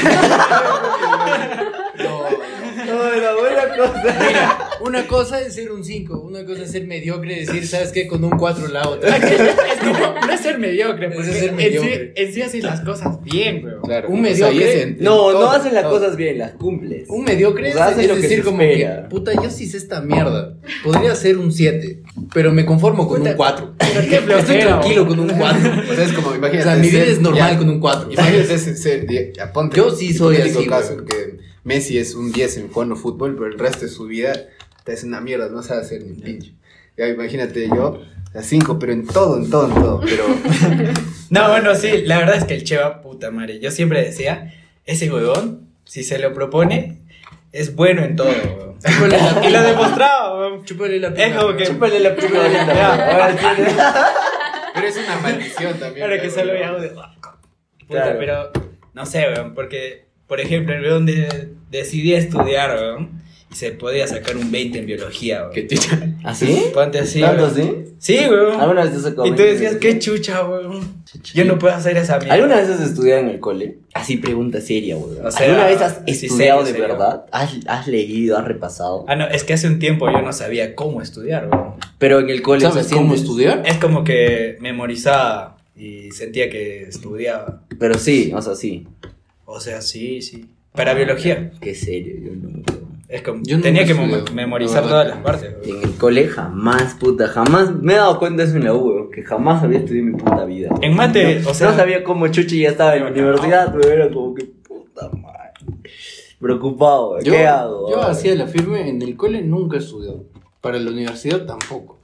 No, no. No, la buena cosa. Mira, una cosa es ser un cinco, una cosa es ser mediocre y decir, ¿sabes qué? Con un cuatro la otra. Es que no, no es ser mediocre, Es porque ser en mediocre. sí, en sí haces las cosas bien, weón. Claro. Un O sea, y mediocre- es en- en No, no todo, haces las todo. cosas bien, las cumples. Un mediocre O sea, es, hace es lo que decir se como espera. que, puta, yo sí sé esta mierda. Podría ser un siete, pero me conformo con Puta, un cuatro. pero qué Estoy flojera, tranquilo con un cuatro. O sea, es como, O imagínate. sea, mi vida ser- es normal ya, con un cuatro. Imagínate ser, ser- ya, ya, ponte. Yo sí soy hipotético así, caso güey. que Messi es un diez en jugando fútbol, pero el resto de su vida es una mierda, no sabe hacer ni pinche. Ya, imagínate yo, a cinco, pero en todo, en todo, en todo. Pero No, bueno, sí, la verdad es que el Cheva, puta madre, yo siempre decía, ese huevón, si se lo propone, es bueno en todo, weón. Chúpale la Y lo pinga. demostraba, weón. Chúpale la Es pinga, como que... Chúpale la primera Ya, lenta. ahora tiene- Pero es una maldición también. Ahora que ¿no? solo hay audio. Puta, Claro. pero no sé, weón, porque, por ejemplo, el weón de, decidí estudiar, weón, y se podía sacar un veinte en biología, weón. Qué chucha. ¿Así? Ponte así, ¿Tanto weón. así? Sí, weón. ¿Alguna vez te sacó Y tú decías, qué chucha, weón. Yo no puedo hacer esa mierda. ¿Alguna vez has estudiado en el cole? Así pregunta seria, weón. O sea, ¿Alguna vez has sí, estudiado serio, de serio. verdad? ¿Has, has leído, has repasado? Ah, no, es que hace un tiempo yo no sabía cómo estudiar, weón. Pero en el cole... ¿Sabes o sea, cómo sientes- estudiar? Es como que memorizaba y sentía que estudiaba. Pero sí, o sea, sí. O sea, sí, sí. Para biología. Qué serio, yo no. Es como, Yo nunca tenía que estudié, mem- memorizar la todas verdad. las partes, weón. En el cole jamás, puta, jamás... Me he dado cuenta de eso en la U, weón, que jamás había estudiado en mi puta vida. En mate, No, o sea... no sabía cómo Chuchi ya estaba en la No, universidad, weón, era como que puta madre. Preocupado, weón, Yo, ¿qué hago? yo ahora? hacía la firme, en el cole nunca he estudiado. Para la universidad tampoco.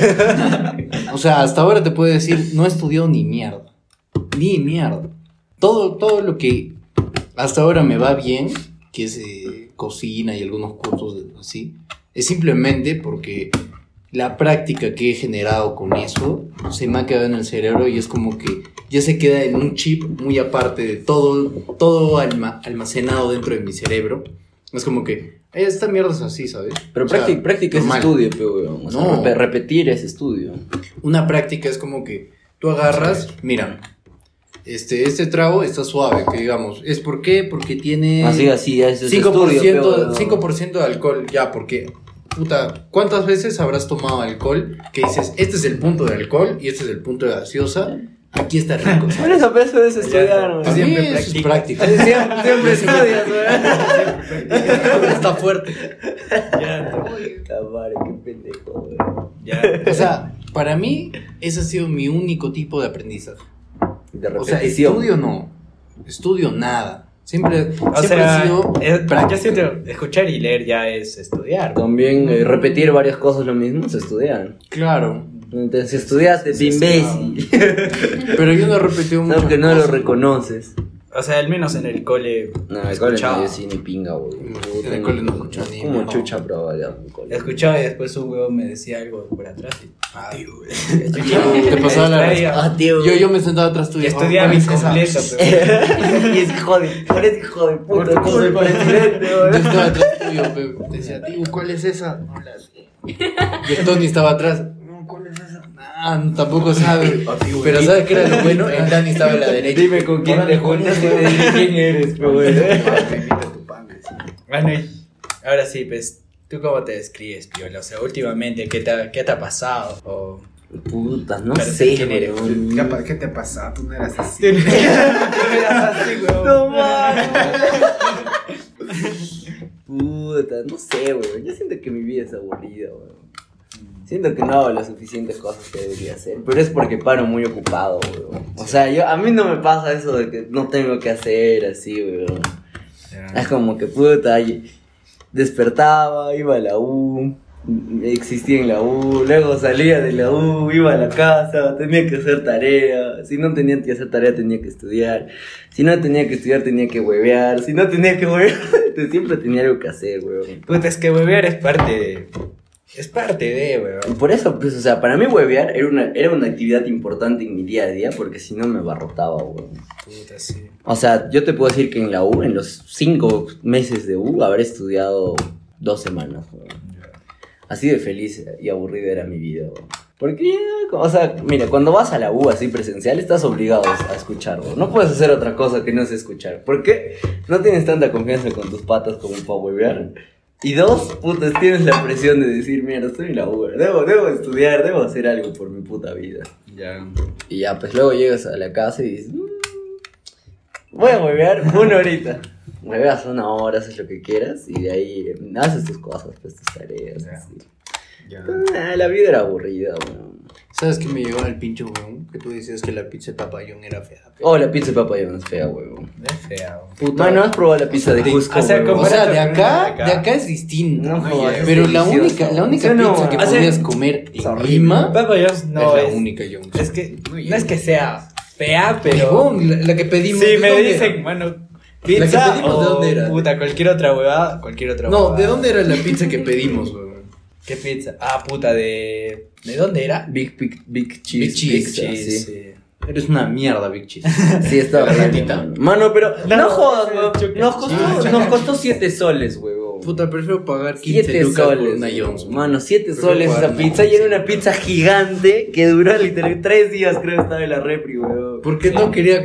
O sea, hasta ahora te puedo decir, no he estudiado ni mierda. Ni mierda. Todo, todo lo que hasta ahora me va bien, que es eh, cocina y algunos cursos de- así, es simplemente porque la práctica que he generado con eso se me ha quedado en el cerebro y es como que ya se queda en un chip muy aparte de todo, todo alma- almacenado dentro de mi cerebro. Es como que, "Eh, esta mierda es así, ¿sabes?" Pero O sea, práctica, práctica es normal. estudio, pero weón. O sea, No. rep- repetir es estudio. Una práctica es como que tú agarras, mira, este, este trago está suave, que digamos, ¿es por qué? Porque tiene Así, así, es, es cinco por ciento, estudio, pero- cinco por ciento de alcohol, ya, porque puta, ¿cuántas veces habrás tomado alcohol que dices, este es el punto de alcohol y este es el punto de gaseosa? Aquí está rico. Por eso, pero eso es estudiar, güey. Siempre Siempre es práctica. Siempre, siempre estudias, güey. Está fuerte. Ya, Puta madre, qué pendejo, güey. ya. O sea, para mí, ese ha sido mi único tipo de aprendizaje. De O sea, repetición. estudio no. Estudio nada. Siempre, O siempre sea, ha sido es- yo práctica. siento, escuchar y leer ya es estudiar. También eh, repetir varias cosas lo mismo es estudiar. Claro. Entonces, estudiaste, de imbécil. Pero yo no he repetido mucho. Aunque no lo reconoces. O sea, al menos en el cole. No, el cole escuchaba. no, yo sí ni pinga, güey. En el cole no escuchaba ni Como no. chucha probabilidad en el cole. Escuchaba y después un huevo me decía algo por atrás. Y, ah, Te pasaba la distraía. Ah, tío. Yo, yo me sentaba atrás tuyo. Y estudiaba ¿cuál es esa? incompleto, pero. Y es hijo de, por ese hijo de Por puta, tu como el culpa. presidente, Yo güey. estaba atrás tuyo, pero te decía, tío, ¿cuál es esa? No la sé. Y el Tony estaba atrás. No, ¿cuál es esa? Ah, no, tampoco sabe. Pero ¿sabes qué era lo bueno? El Dani estaba a la derecha. Dime con quién te juntas y te diré quién eres, pero güey. Bueno, y ahora sí, pues, ¿tú cómo te describes, Piola? O sea, últimamente, ¿qué te ha, qué te ha pasado? O... Puta, no Pero sé, ¿quién eres? güey. ¿Qué, pa- ¿Qué te pasa? Tú no eras así. No mames. Puta, no sé, güey. Yo siento que mi vida es aburrida, güey. Siento que no hago las suficientes cosas que debería hacer, pero es porque paro muy ocupado, güey. O sea, yo, a mí no me pasa eso de que no tengo que hacer así, güey. Es como que puta, y despertaba, iba a la U, existía en la U, luego salía de la U, iba a la casa, tenía que hacer tarea, si no tenía que hacer tarea tenía que estudiar, si no tenía que estudiar tenía que huevear, si no tenía que huevear, siempre tenía algo que hacer, güey. Puta, es que huevear es parte de... Es parte de, weón. Y por eso, pues, o sea, para mí huevear era una, era una actividad importante en mi día a día, porque si no me abarrotaba, güey. Puta, sí. O sea, yo te puedo decir que en la U, en los cinco meses de U, habré estudiado dos semanas, güey. Así de feliz y aburrida era mi vida, güey. Porque, o sea, mira, cuando vas a la U así presencial, estás obligado a escuchar, güey. No puedes hacer otra cosa que no sea escuchar. ¿Por qué? No tienes tanta confianza con tus patas como para huevear. Y dos, putas, tienes la presión de decir, mira, estoy en la U, debo, debo estudiar, debo hacer algo por mi puta vida. Ya. Y ya, pues luego llegas a la casa y dices, mmm, voy a huevear una horita. Hueveas una hora, haces lo que quieras y de ahí eh, haces tus cosas, pues tus tareas. Ya. Así. Ya. Ah, la vida era aburrida, weón. ¿Sabes qué me llegó al pincho, weón? Que tú decías que la pizza de papayón era fea. Oh, la pizza de papayón es fea, weón. Es fea, weón. Puta, no has probado la pizza de de- Cusco, o sea, weón? O sea, de Comparato con acá, acá. de acá es distinto. No, jodas, es pero la deliciosa, única, la única ¿sí o no? pizza que O sea, podías comer es en horrible. Lima Papa John's no es es... la única, John. Es que... No es que sea fea, pero... Huevón, la, la que pedimos. Sí, ¿de me dónde dicen, era? bueno... La que Pizza pedimos, o... ¿de dónde era? Puta, cualquier otra huevada, cualquier otra No, huevada. ¿de dónde era la pizza que pedimos, weón? ¿Qué pizza? Ah, puta, de... ¿De dónde era? Big, big, big cheese. Big cheese, pizza, Sí, sí. sí. Eres una mierda, Big Cheese. Sí, está La bien, ratita. mano. Mano, pero no, No, jodas, ese weón. choque. Nos costó, nos costó siete soles, weón. Puta, prefiero pagar quince Siete lucas por soles, una weón. Jones. Mano, siete Prefiero soles pagar esa una pizza. Y era Jones. una pizza gigante que duró literal tres días, creo que estaba en la refri, weón. ¿Por qué no quería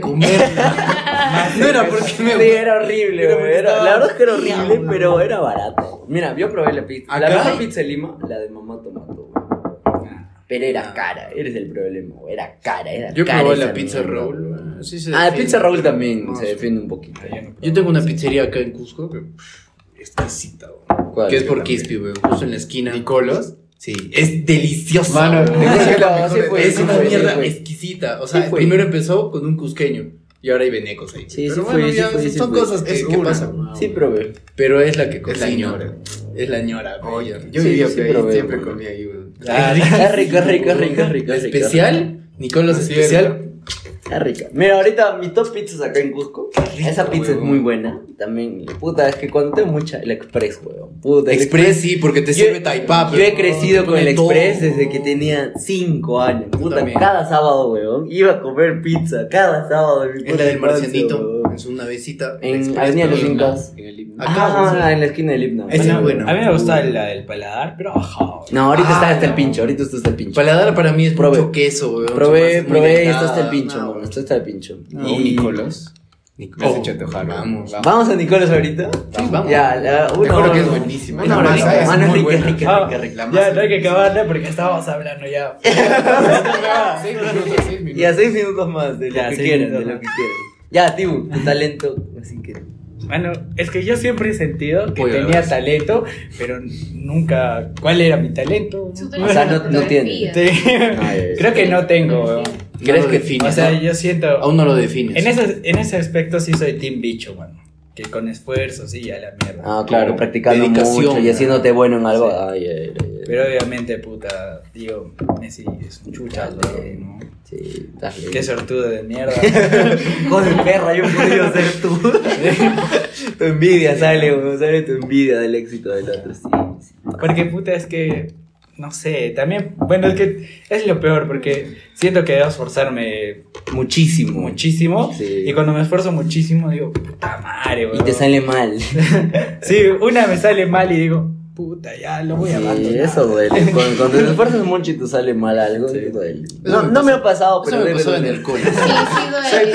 comerla? No era porque me Sí, era horrible, Era weón. porque Era- estaba La verdad es que era fría, horrible, weón. pero era barato. Mira, yo probé la pizza. La Acá mejor hay- pizza de Lima, la de mamá Tomato, weón. Pero era cara, eres el problema, weón. Era cara, era Yo cara. probé esa la pizza mierda, roll. weón. Sí se Ah, defiende. pizza roll también No, se sí. defiende un poquito. Ah, yo no Yo tengo una pizzería acá en Cusco que pff, exquisita, weón. ¿Cuál? Que es por Yo también. Quispe, weón. Justo en la esquina. ¿Nicolos? Sí, es deliciosa. Mano, weón. digo que la Sí, mejor sí de- fue, es sí una fue, sí mierda fue. exquisita. O sea, Sí fue. primero empezó con un cusqueño y ahora hay venecos ahí. Sí, Pero sí bueno, fue, sí ya fue, sí son fue. cosas que, Es que una, pasan. weón. Sí, probé. Pero es la que Es la cocina. ñora. Es la ñora. Oye, weón. yo Sí, vivía sí, ahí, probé, siempre weón. comía ahí, weón. Ah, Es rica, rica, rica, rica. La especial, Nicolás Sí, especial. Es rica. Mira, ahorita mi top pizzas acá en Cusco. rico, Esa pizza es huevón. muy buena. También, puta, es que cuando tengo mucha. El Express, weón. Puta, el Express sí, porque te Yo- sirve taipá. Yo he crecido con el Express desde que tenía cinco años. Puta, también. cada sábado, weón, iba a comer pizza. Cada sábado de mi Es puta la del infancia, Marcianito, weón. en su navecita. En Express, Avenida Los pero- Incas. En el himno. Acá, Ah, sí. en la esquina del himno. Ese es bueno. A mí me gustaba la del paladar, pero bajado. No, ahorita Ah, está hasta el no. pincho. Ahorita está hasta el pincho. Paladar para mí es Probé. mucho queso, weón. Probé, Más- muy probé y delgada. está hasta el pincho, No, mano. Está hasta el pincho. No, Y- Nicolos. Nico. Me has hecho antojar. Vamos, vamos. ¿Vamos a Nicolás ahorita? Sí, vamos. Ya, la, Te una juro que es hora. buenísima. Una La hora. masa es Mano, muy rica, buena. rica, Ah, rica, rica. La Ya, masa no hay que es- acabarle porque estábamos hablando ya. Seis minutos, seis minutos. Y a seis minutos más de lo Ya, que seis quieran, de minutos lo que quieran. Ya, Tibu, tu talento, así que... Bueno, es que yo siempre he sentido que Pollo, tenía ¿verdad? talento, pero nunca. ¿Cuál era mi talento? Su O sea, no, talento no tiene. fotografía. Sí. Ay, Creo que no tengo, weón. ¿Crees lo que- defines, O sea, ¿no? yo siento. Aún no lo defines. En ese, en ese aspecto sí soy team bicho, mano. Que con esfuerzo, sí, a la mierda. Ah, claro, practicando Dedicación, mucho y haciéndote bueno en algo. Sí. Ay, ay, ay, ay. Pero obviamente, puta, tío, Messi es un chucha, Dale. ¿no? Sí, estás Qué bien. sortudo de mierda. Joder, perra, yo podría ser tú. Tu envidia sale, weón, sale tu envidia del éxito del otro, sí. sí. Porque, puta, es que. No sé, también. Bueno, es que es lo peor, porque siento que debo esforzarme Muchísimo. muchísimo. Sí. Y cuando me esfuerzo muchísimo, digo, puta madre, Y weón. te sale mal. Sí, una me sale mal y digo, puta, ya lo voy a Sí, abandonar. eso duele. Cuando, cuando te esfuerzas mucho y te sale mal algo, Sí. duele. Eso No, me no me pasó- ha pasado, Eso pero me debe pasó en doler. el cole. Sí, sí, duele.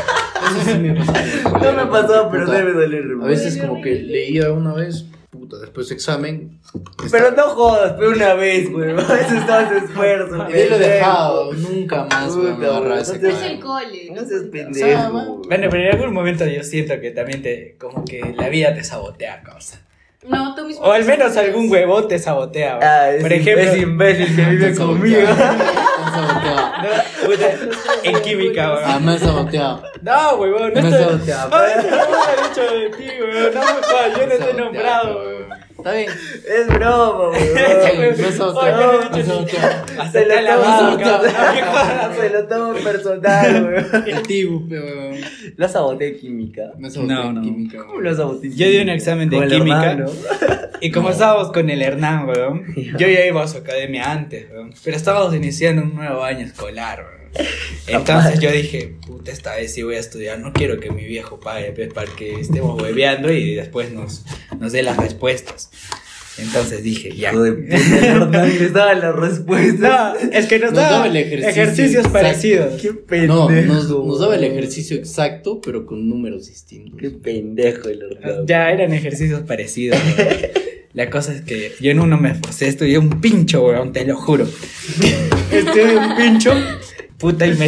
Eso sí me pasó en el cole. No me ha pasado, pero Puta, debe doler. A veces como que leía una vez, puta, después de examen. Pero no jodas, pero una vez, güey. A veces todo ese esfuerzo. Y lo he pendejo. dejado, nunca más voy a Puta, agarrar no ese te- Es cuaderno. el cole. No seas O sea, pendejo. man. güey. Bueno, pero en algún momento yo siento que también te, como que la vida te sabotea, cosa. No, tú mismo. O al menos algún huevón te sabotea, weón. Ah, es Por ejemplo, ese imbécil que vive Me han conmigo. saboteado. Me han saboteado. no, puta, en química, Ah, weón. me han saboteado. No, huevón, no Me han estoy. saboteado. Ay, no me he dicho de ti, weón. No me jodas, yo no estoy nombrado, weón. Está bien. Es broma, Ese güey. güey- Me han Ay, saboteado. no, Me han saboteado. Hasta Se lo te la toma mano, personal. cabrón. No me jodas, Se lo toma personal, güey. El tibu, pero. ¿Lo saboteé en química? Me saboteado No, en no. química. ¿Cómo lo saboteé? en Yo di un química? examen de Con el química. hermano. Y como estábamos con el Hernán, weón, yo ya iba a su academia antes, weón, pero estábamos iniciando un nuevo año escolar, weón. Entonces yo dije, puta, esta vez sí voy a estudiar, no quiero que mi viejo pague pues, para que estemos hueveando y después nos, nos dé las respuestas. Entonces dije, ya. Hijo de puta, el Hernán les daba las respuestas. No, es que nos, Nos daba daba el ejercicio ejercicios exacto. parecidos. Qué pendejo. No, nos, nos daba el ejercicio exacto, pero con números distintos. Qué pendejo el Hernán. Ya eran ejercicios parecidos, weón. La cosa es que yo en uno me esforcé, estudié un pincho, weón, te lo juro. Estudié un pincho, puta, y me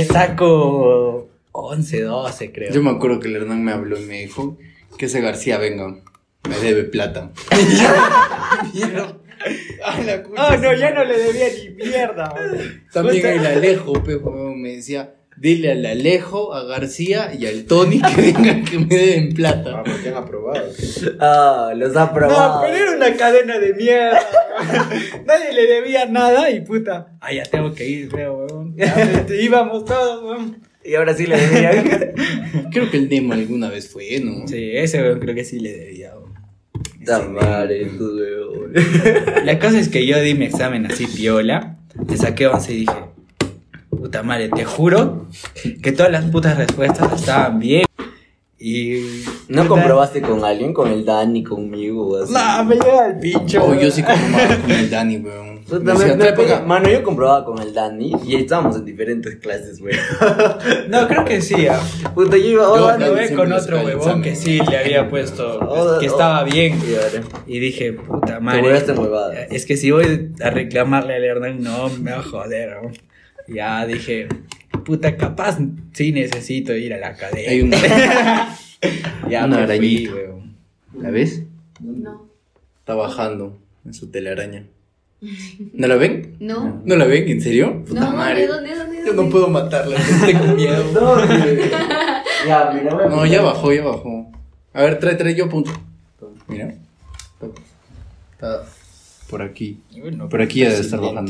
saco once, doce, creo. Yo me acuerdo que el Hernán me habló y me dijo que ese García venga, me debe plata. Y yo, "Ah, la concha Ah, de no, su ya no madre". le debía ni mierda, weón. También Justo- el Alejo, pe, weón, me decía, dile al Alejo, a García y al Tony que vengan que me deben plata. Ah, porque han aprobado. Ah, los ha No, probado. pero era una cadena de mierda. Nadie le debía nada y puta. Ah, ya tengo que ir, creo, weón. Ya, este, íbamos todos, weón. Y ahora sí le debían. Creo que el Nemo alguna vez fue, ¿no? Sí, ese weón creo que sí le debía, weón. Está madre, estos weón. La cosa es que yo di mi examen así piola, te saqué once y dije, puta madre, te juro que todas las putas respuestas estaban bien. Y... ¿No puta, comprobaste con alguien? ¿Con el Dani, conmigo o así? No, me llega el pincho. Oh, weón. yo sí comprobaba con el Dani, weón. Puta, Me me- decía, me "Trae pa' pega- acá". Mano, yo comprobaba con el Dani y estábamos en diferentes clases, güey. No, creo que sí. ah. Puta, yo iba, oh, Yo- Dani. Lo ve siempre con le otro saca el huevón examen, que sí le había puesto, Oh, que oh. estaba bien. Y ahora, Y dije, puta te madre. huevaste en huevadas. Es que si voy a reclamarle al Hernán, no me va a joder. ¿no? Ya dije, puta, capaz sí necesito ir a la academia. Hay una, Ya una me fui, arañita. weón. ¿La ves? No. Está bajando en su telaraña. ¿No la ven? No. ¿No la ven? ¿En serio? Puta No, madre. ¿de dónde, dónde, Yo dónde? no puedo matarla, tengo miedo. Ya, mira, voy a No, ya bajó, ya bajó. A ver, trae, trae, yo apunto. Mira. Está por aquí. Bueno, Por aquí ya debe estar bajando.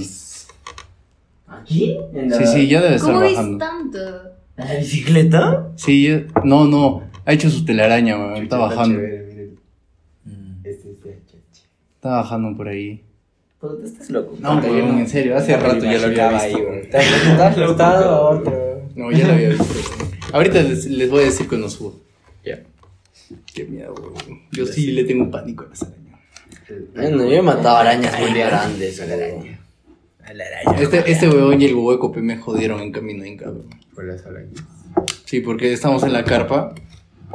¿Aquí? ¿En la, Sí, sí, ya debe estar ¿Cómo ves bajando. tanto? ¿en la bicicleta? Sí, ya- no, no. Ha hecho su telaraña, weón. Está bajando. Mm. Este es el chachi. Está bajando por ahí. Puta, estás loco. No, weón, en serio. Hace rato ya lo había visto. weón. ¿Estás asustado a otro? No, ya lo había visto. Ahorita les, les voy a decir cuando subo. Ya. Qué miedo, weón. Yo sí le tengo pánico a las arañas. Bueno, yo he matado arañas muy grandes. A la güey. araña. A la araña. Este, este weón y el hueco me jodieron en camino en cabrón. Por las arañas. Sí, porque estamos en la carpa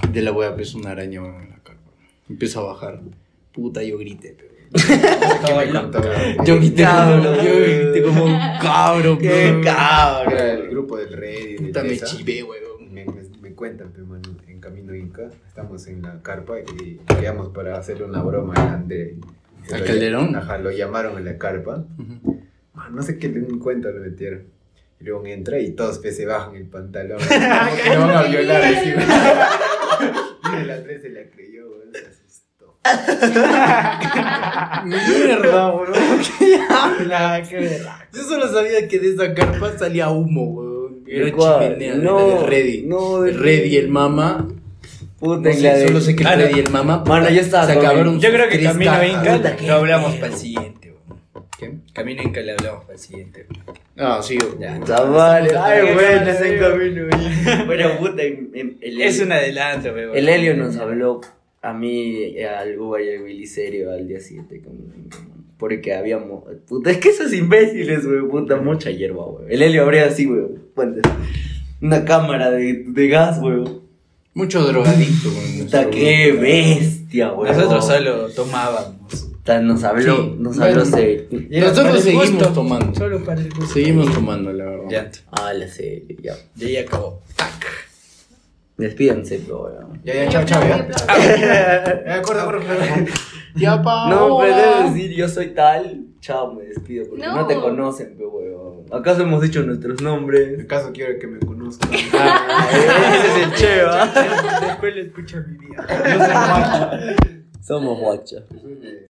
De la wea, pues una araña, weón, en la carpa. Empiezo a bajar. Puta, yo grité, pero. ¿Qué me contó? Yo grité como, Cabrón. yo grité como un cabro, ¡Qué pero. cabrón! Era el grupo del Reddit. Puta, de me esa. chivé, weón. Me, me, me cuentan, pe, mano, en Camino Inca, estamos en la carpa y queríamos para hacerle una broma al André. Se ¿Al lo- Calderón? Ajá, lo llamaron en la carpa. Ujú. Ah, no sé qué le un cuento le metieron. Y luego entra y todos pe, se bajan el pantalón. Como que lo van a violar así, güey. Y el Andrés se la creyó, güey, se asustó. Mierda, weón. ¿Qué habla? Qué verdad. Yo solo sabía que de esa carpa salía humo, weón. Era ¿De cuál? chimenea. No, No, de Reddy. no, de El Reddy y el mama. Puta, No en sé, la de- solo sé que el Ah, no. Reddy y el mama. Mano, puta, yo estaba se con acabaron él. Yo creo que sus tres Camino cajas. Inca Puta, qué lo hablamos feo. para el siguiente, weón. ¿Qué? Camino Inca le hablamos para el siguiente. Ah, sí, Ya. Chavales, ay, Estamos bueno, tratando ese de- camino. Bueno, puta, en- en- el Es Helio- un adelanto, weón. El Helio nos habló a mí, al Uber y al Willy serio al día siguiente. Porque habíamos. Puta, es que esos imbéciles, güey, puta, mucha hierba, güey. El Helio abría así, güey. Ponte. Una cámara de, de gas, güey. Mucho drogadicto, weón. Puta, qué bestia, güey. Nosotros solo tomábamos. Puta, nos habló, Sí, nos bueno. habló serio. Y era Nosotros para el seguimos gusto. tomando. Solo para el gusto. Seguimos tomando, la verdad. Ya. Ah, la serie, ya. Y ahí acabó. Despídanse, pero, güey. Ya, ya, chao, chao, ya. Ya, corta, corta, corta. Ya, pa. No, pero debes decir, yo soy tal. Chao, me despido, porque no, No. te conocen, pero, weón. ¿Acaso hemos dicho nuestros nombres? ¿Acaso quiero que me conozcan? Ese es el che, ¿va? Después le escucha mi vida. Somos guachas.